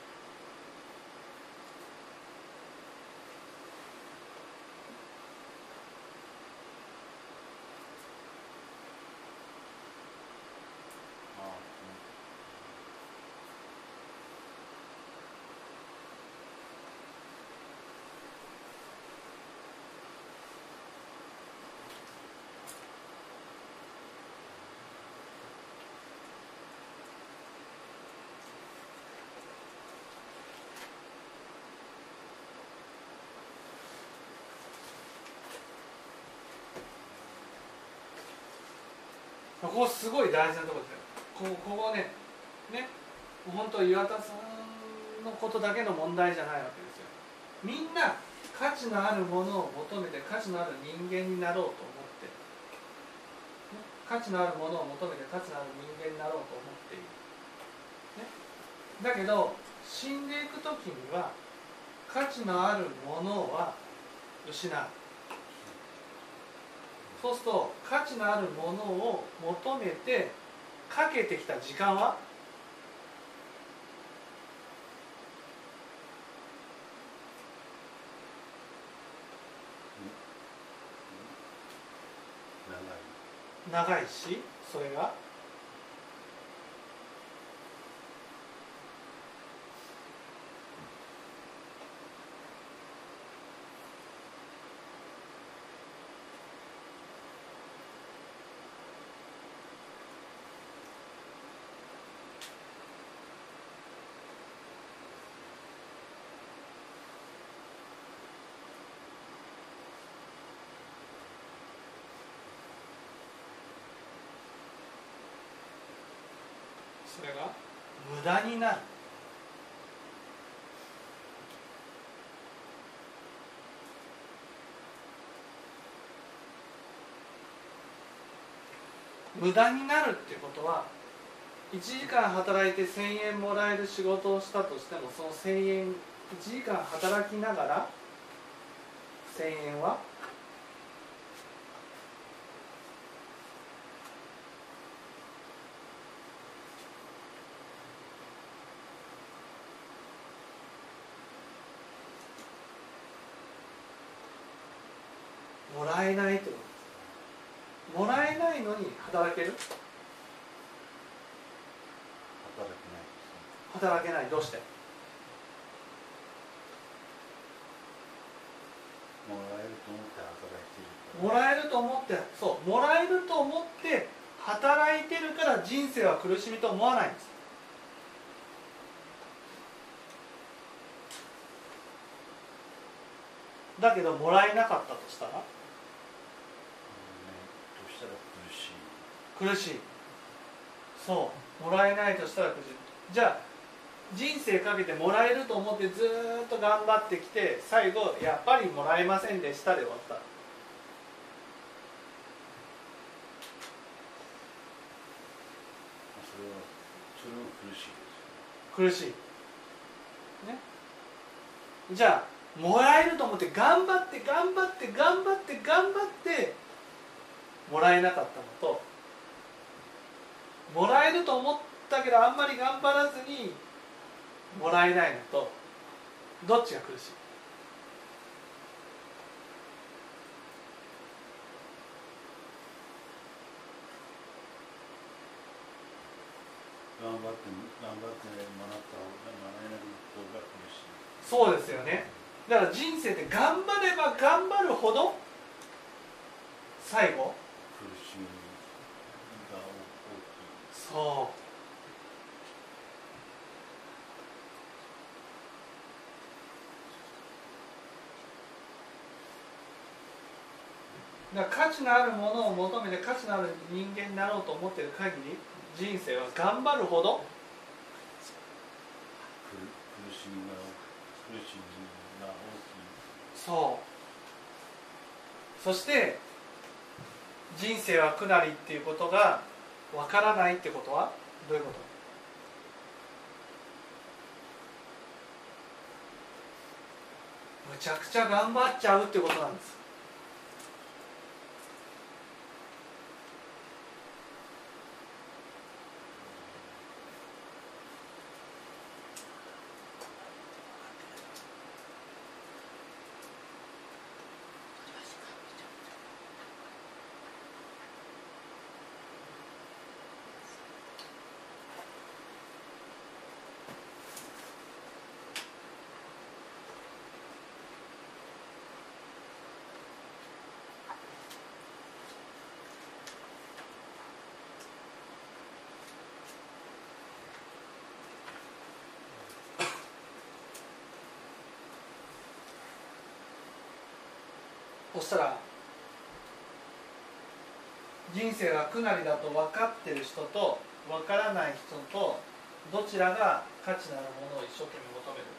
ここすごい大事なところですよ。こここね、ね、本当岩田さんのことだけの問題じゃないわけですよ。みんな価値のあるものを求めて価値のある人間になろうと思って、ね、価値のあるものを求めて価値のある人間になろうと思っている、ね、だけど死んでいく時には価値のあるものは失う。そうすると価値のあるものを求めてかけてきた時間は長いし、それがそれが無駄になる。無駄になるっていうことは、いちじかん働いてせんえんもらえる仕事をしたとしても、そのせんえんいちじかん働きながらせんえんはもらえないということです。もらえないのに働ける？働けない。どうして？もらえると思って働いてるから。もらえると思って、そう、もらえると思って働いてるから人生は苦しみと思わないんです。だけどもらえなかったとしたら、どうしたら苦しい。苦しい。そう、もらえないとしたら苦しい。じゃあ人生かけてもらえると思ってずーっと頑張ってきて、最後やっぱりもらえませんでしたで終わった。それはそれは苦しいですよね。苦しい。ね。じゃあもらえると思って頑張って頑張って頑張って頑張ってもらえなかったのと、もらえると思ったけどあんまり頑張らずにもらえないのと、どっちが苦しい？頑張って頑張ってもらった方がもらえない方が苦しい。そうですよね。だから人生で頑張れば頑張るほど最後苦しみが大きい。そう。だから価値のあるものを求めて価値のある人間になろうと思っている限り、人生は頑張るほど苦しみが苦しみが大きい。そう。そして人生は苦なりっていうことがわからないってことはどういうこと？むちゃくちゃ頑張っちゃうってことなんです。そしたら人生が苦なりだと分かってる人と分からない人とどちらが価値のあるものを一生懸命求める？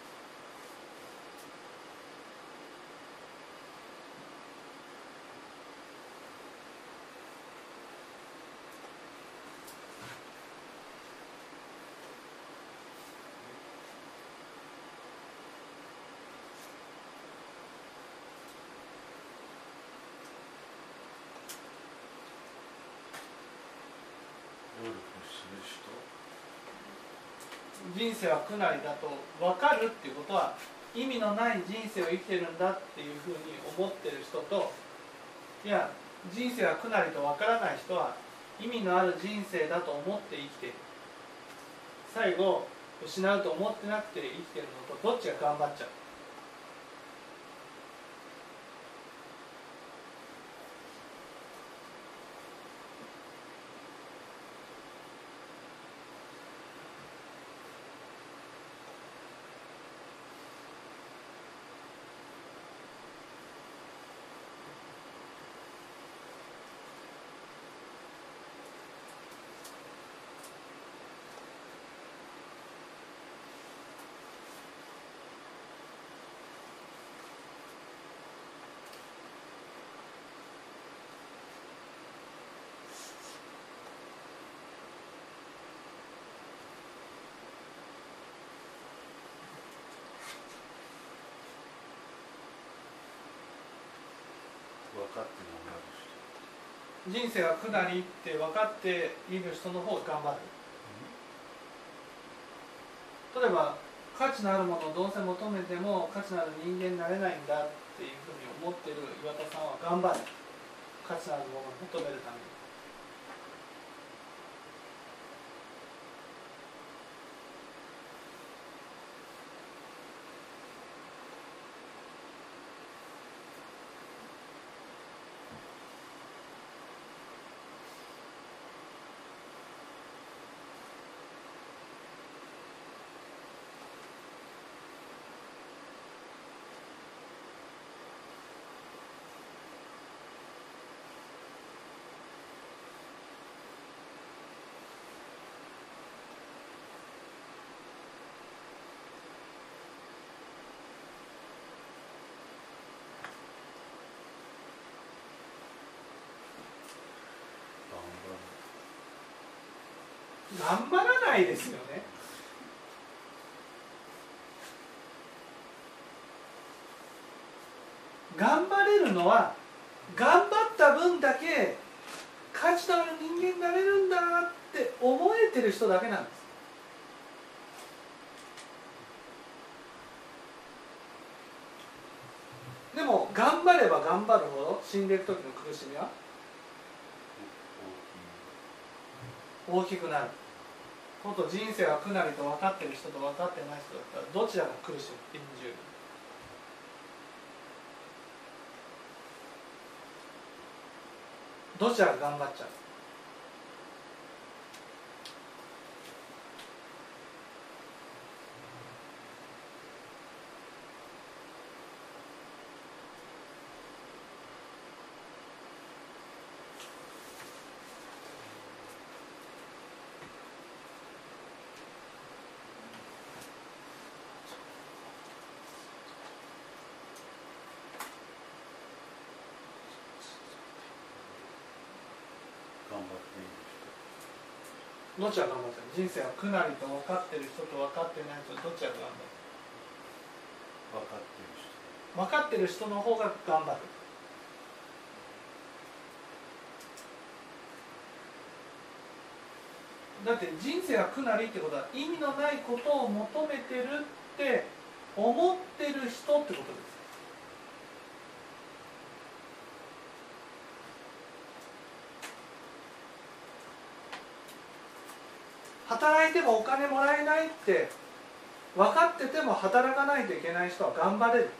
人生は苦なりだと分かるっていうことは、意味のない人生を生きてるんだっていうふうに思ってる人と、いや人生は苦なりと分からない人は意味のある人生だと思って生きている、最後失うと思ってなくて生きてるのと、どっちが頑張っちゃう？分かってもらう人、人生は苦なりって分かっている人の方が頑張る。例えば価値のあるものをどうせ求めても価値のある人間になれないんだってっていうふうに思ってる岩田さんは頑張る、価値のあるものを求めるために。頑張らないですよね。頑張れるのは頑張った分だけ価値のある人間になれるんだって思えてる人だけなんです。でも頑張れば頑張るほど死んでいく時の苦しみは大きくなる。もっと人生は苦なりと分かっている人と分かってない人だったらどちらが苦しむ臨終に。どちらが頑張っちゃう。どっちが頑張ってる？人生は苦なりと分かってる人と分かってない人、どっちが頑張る？分かってる人。分かってる人の方が頑張る。だって人生は苦なりってことは意味のないことを求めてるって思ってる人ってことです。働いてもお金もらえないって分かってても働かないといけない人は頑張れる。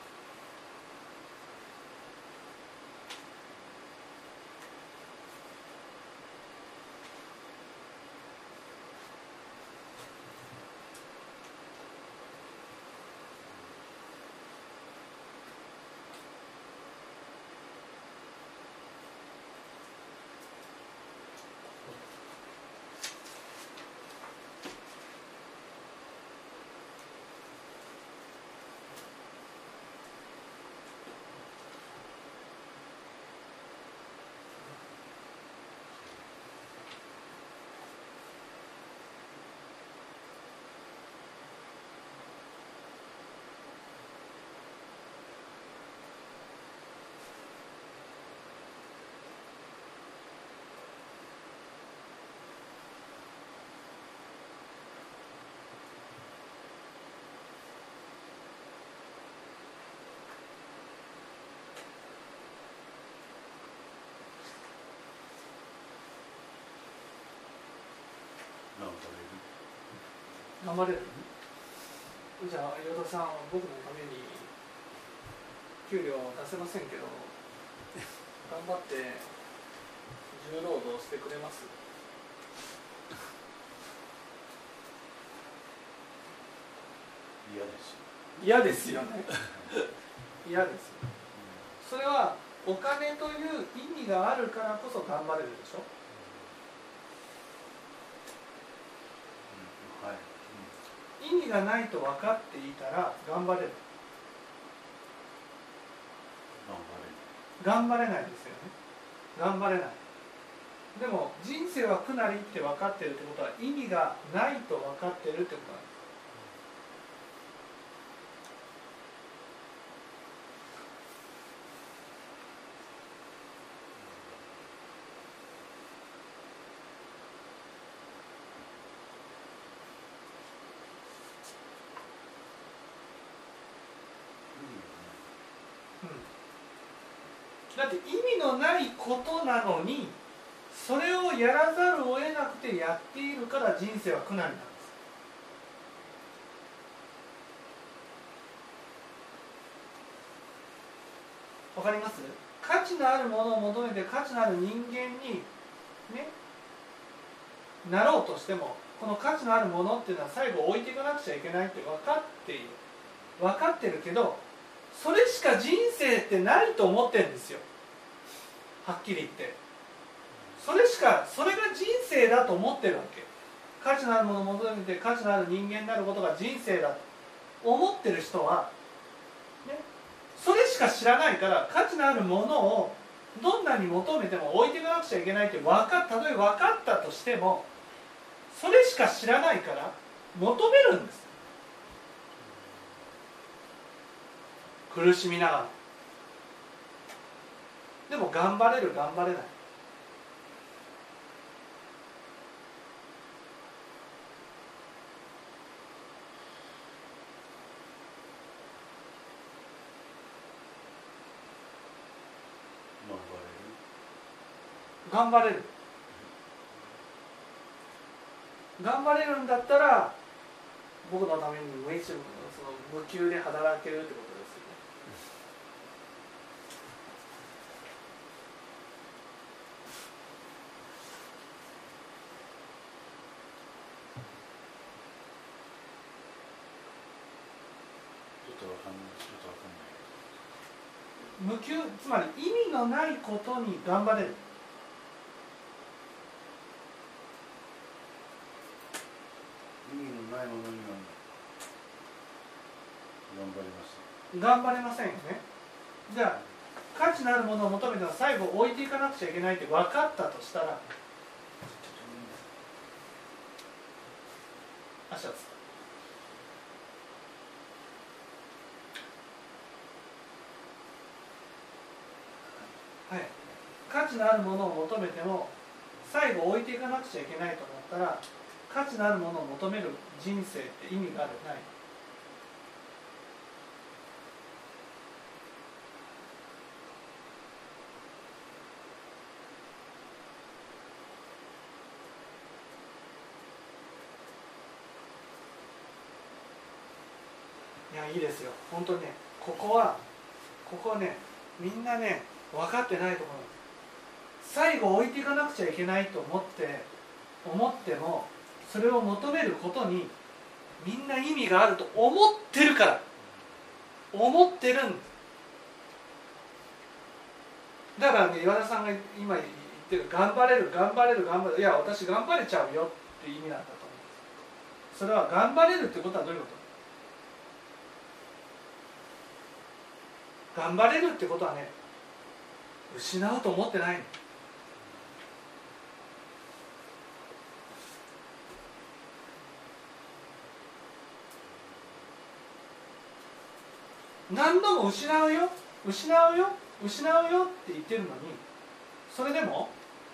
頑張れる。じゃあ岩田さん、僕のために給料出せませんけど頑張って重労働してくれます？嫌ですよ。嫌ですよね。嫌ですよ。それはお金という意味があるからこそ頑張れるでしょ。意味がないと分かっていたら頑張れる。頑張れないですよね。頑張れない。でも人生は苦なりって分かってるってことは意味がないと分かってるってことなんです。 だって意味のないことなのにそれをやらざるを得なくてやっているから人生は苦難になるんです。わかります？価値のあるものを求めて価値のある人間にねなろうとしても、この価値のあるものっていうのは最後置いていかなくちゃいけないって分かっている分かってるけど、それしか人生ってないと思ってるんですよ、はっきり言って。それしかそれが人生だと思ってるわけ。価値のあるものを求めて価値のある人間になることが人生だと思ってる人は、ね、それしか知らないから、価値のあるものをどんなに求めても置いていかなくちゃいけないって分かったとえ分かったとしても、それしか知らないから求めるんです。苦しみながら。でも頑張れる頑張れない。頑張れる頑張れるんだったら、僕のために無一文のその無給で働けるってことですよね。 ちょっとわかんないちょっとわかんない。 無給、つまり意味のないことに頑張れる。 意味のないものには頑張りません。 頑張れませんよね。じゃあ価値のあるものを求めたら最後置いていかなくちゃいけないって分かったとしたら、足をつはい、価値のあるものを求めても最後置いていかなくちゃいけないと思ったら、価値のあるものを求める人生って意味があるない？いや、いいですよ本当にね。ここはここはね、みんなね分かってないところなんです。最後置いていかなくちゃいけないと思って思っても、それを求めることにみんな意味があると思ってるから、思ってるんです。だからね、岩田さんが今言ってる頑張れる頑張れる頑張れる、いや私頑張れちゃうよって意味なんだと思うんです。それは頑張れるってことはどういうこと？頑張れるってことはね、失うと思ってないの。何度も失うよ失うよ失うよって言ってるのに、それでも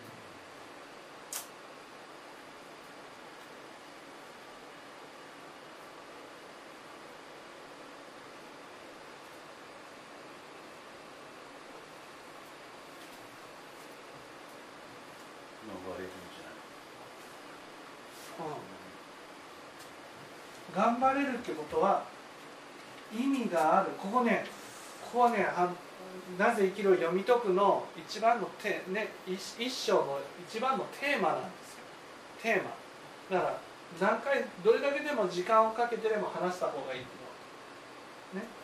頑張れるってことは意味がある。ここね、ここはね、なぜ生きるを読み解くの一番のテ、ね、一, 一章の一番のテーマなんですよ。テーマだから何回どれだけでも時間をかけてでも話した方がいいと思うね。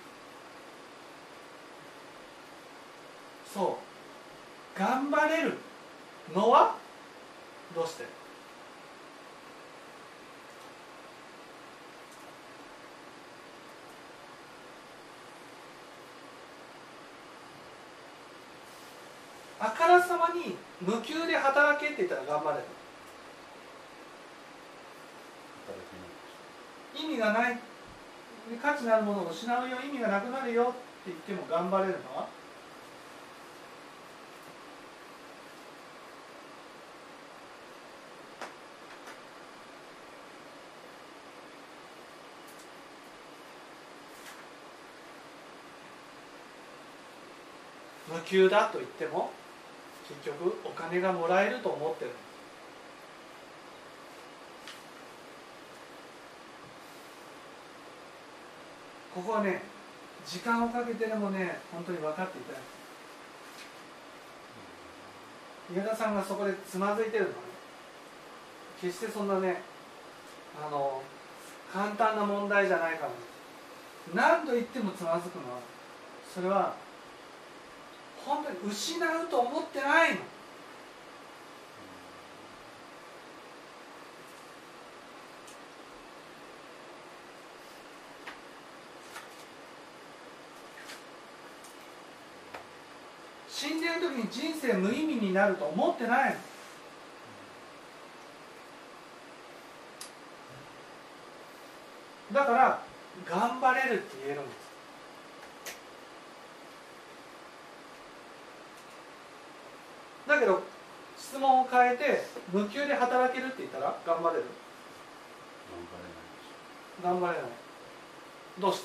そう頑張れるのはどうして？あからさまに無給で働けって言ったら頑張れる。意味がない、価値のあるものを失うよ、意味がなくなるよって言っても頑張れるのは無給だと言っても結局お金がもらえると思ってる。ここはね、時間をかけてでもね、本当に分かっていただきたい。宮田さんがそこでつまずいてるのはね、決してそんなね、あの簡単な問題じゃないから、ね、何度言ってもつまずくのは、それは本当に失うと思ってないの。死んでいる時に人生無意味になると思ってないの。だから頑張れるって言えるんです。だけど質問を変えて無給で働けるって言ったら頑張れる？頑張れない。頑張れない。どうして？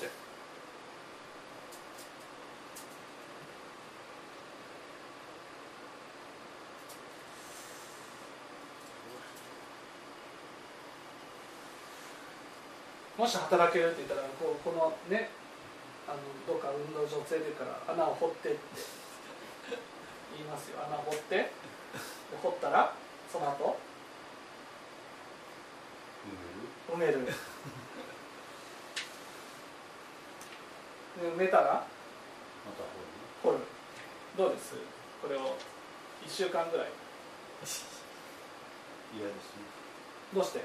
もし働けるって言ったら、こうこのね、あのどっか運動場連れてるから穴を掘ってって言いますよ。穴を掘ってで掘ったらその後埋める。埋める。で埋めたらまた掘る。掘る。どうです？これをいっしゅうかんぐらい。 嫌ですね。 どうして？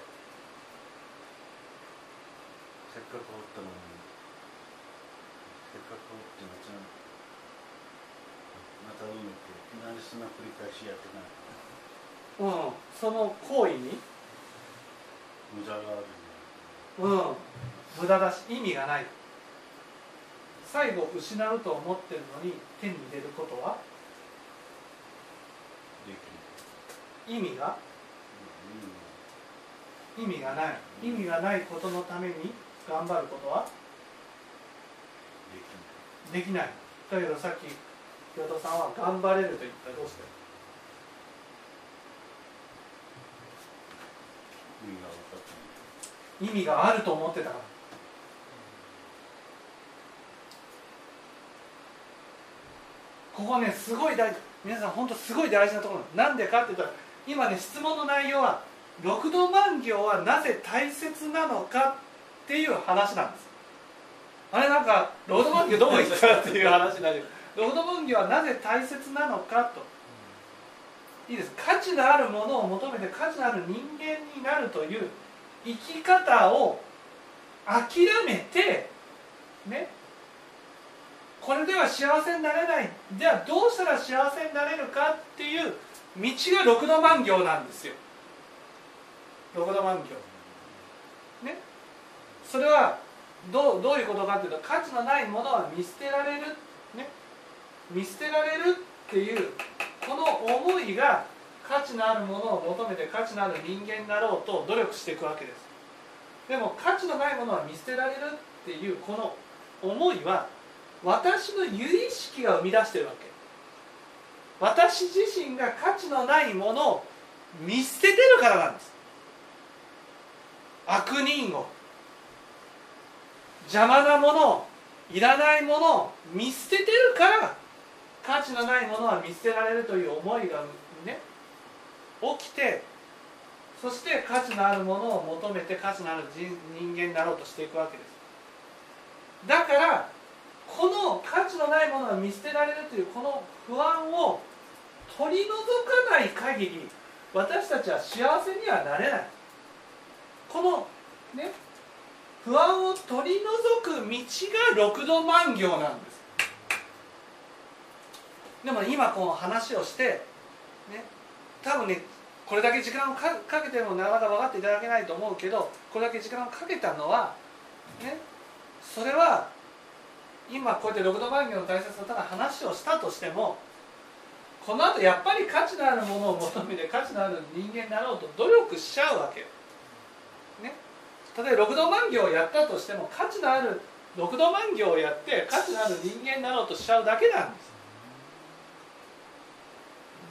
せっかく掘ったのに、せっかく掘ってまたまた埋めて、なんでそんな繰り返しやってないか。うん、その行為に無駄がある。 うん、無駄だし意味がない。最後失うと思ってるのに手に入れることはできる。 意味が、うん、意味がない。意味がないことのために頑張ることはできない。だけどさっき清田さんは頑張れると言ったらどうして？ 意味が分かってない。 意味があると思ってたから。ここね、すごい大事。皆さん本当すごい大事なところなん。なんでかって言ったら、今ね、質問の内容は六度万行はなぜ大切なのかっていう話なんです。あれなんか六度万行どこ行ったっていう話になる。六度万行はなぜ大切なのかと。いいです。価値のあるものを求めて価値のある人間になるという生き方を諦めてね、これでは幸せになれない。じゃあどうしたら幸せになれるかっていう道が六度万行なんですよ。六度万行ね。それはどう、どういうことかというと、価値のないものは見捨てられる、ね、見捨てられるっていうこの思いが価値のあるものを求めて価値のある人間になろうと努力していくわけです。でも価値のないものは見捨てられるっていうこの思いは私の由意識が生み出しているわけ。私自身が価値のないものを見捨ててるからなんです。悪人を、邪魔なもの、いらないものを見捨ててるから価値のないものは見捨てられるという思いがね起きて、そして価値のあるものを求めて価値のある人間になろうとしていくわけです。だからこの価値のないものが見捨てられるというこの不安を取り除かない限り私たちは幸せにはなれない。このね不安を取り除く道が六度万行なんです。でも今この話をしてね、多分ねこれだけ時間をかけてもなかなか分かっていただけないと思うけど、これだけ時間をかけたのはね、それは今こうやって六度万行の大切さただ話をしたとしても、この後やっぱり価値のあるものを求めて価値のある人間になろうと努力しちゃうわけよ、ね、例えば六度万行をやったとしても価値のある六度万行をやって価値のある人間になろうとしちゃうだけなんです。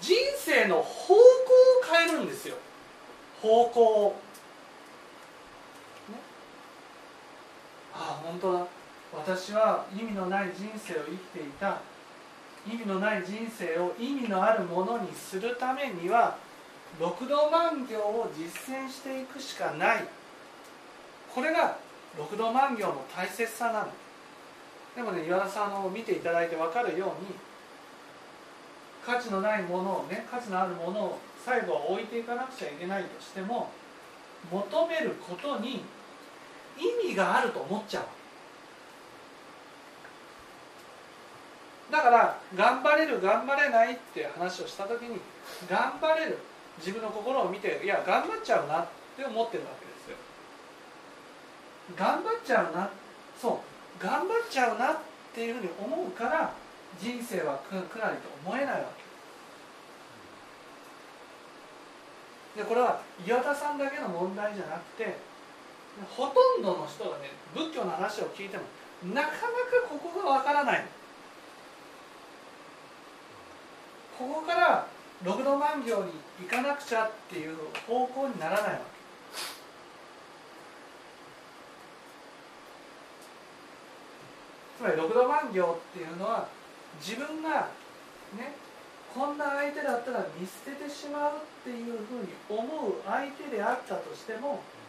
人生の方向を変えるんですよ。方向を、ね、ああ本当だ、私は意味のない人生を生きていた。意味のない人生を意味のあるものにするためには六度万行を実践していくしかない。これが六度万行の大切さなの。でもね、岩田さんを見ていただいて分かるように、価値のないものをね、価値のあるものを最後は置いていかなくちゃいけないとしても、求めることに意味があると思っちゃう。だから頑張れる頑張れないって話をしたときに、頑張れる、自分の心を見て、いや頑張っちゃうなって思ってるわけですよ。頑張っちゃうな、そう頑張っちゃうなっていうふうに思うから人生は苦なりと思えないわけで、これは岩田さんだけの問題じゃなくて、ほとんどの人がね、仏教の話を聞いてもなかなかここがわからない。ここから六度万行に行かなくちゃっていう方向にならないわけ。つまり六度万行っていうのは、自分がね、こんな相手だったら見捨ててしまうっていうふうに思う相手であったとしても、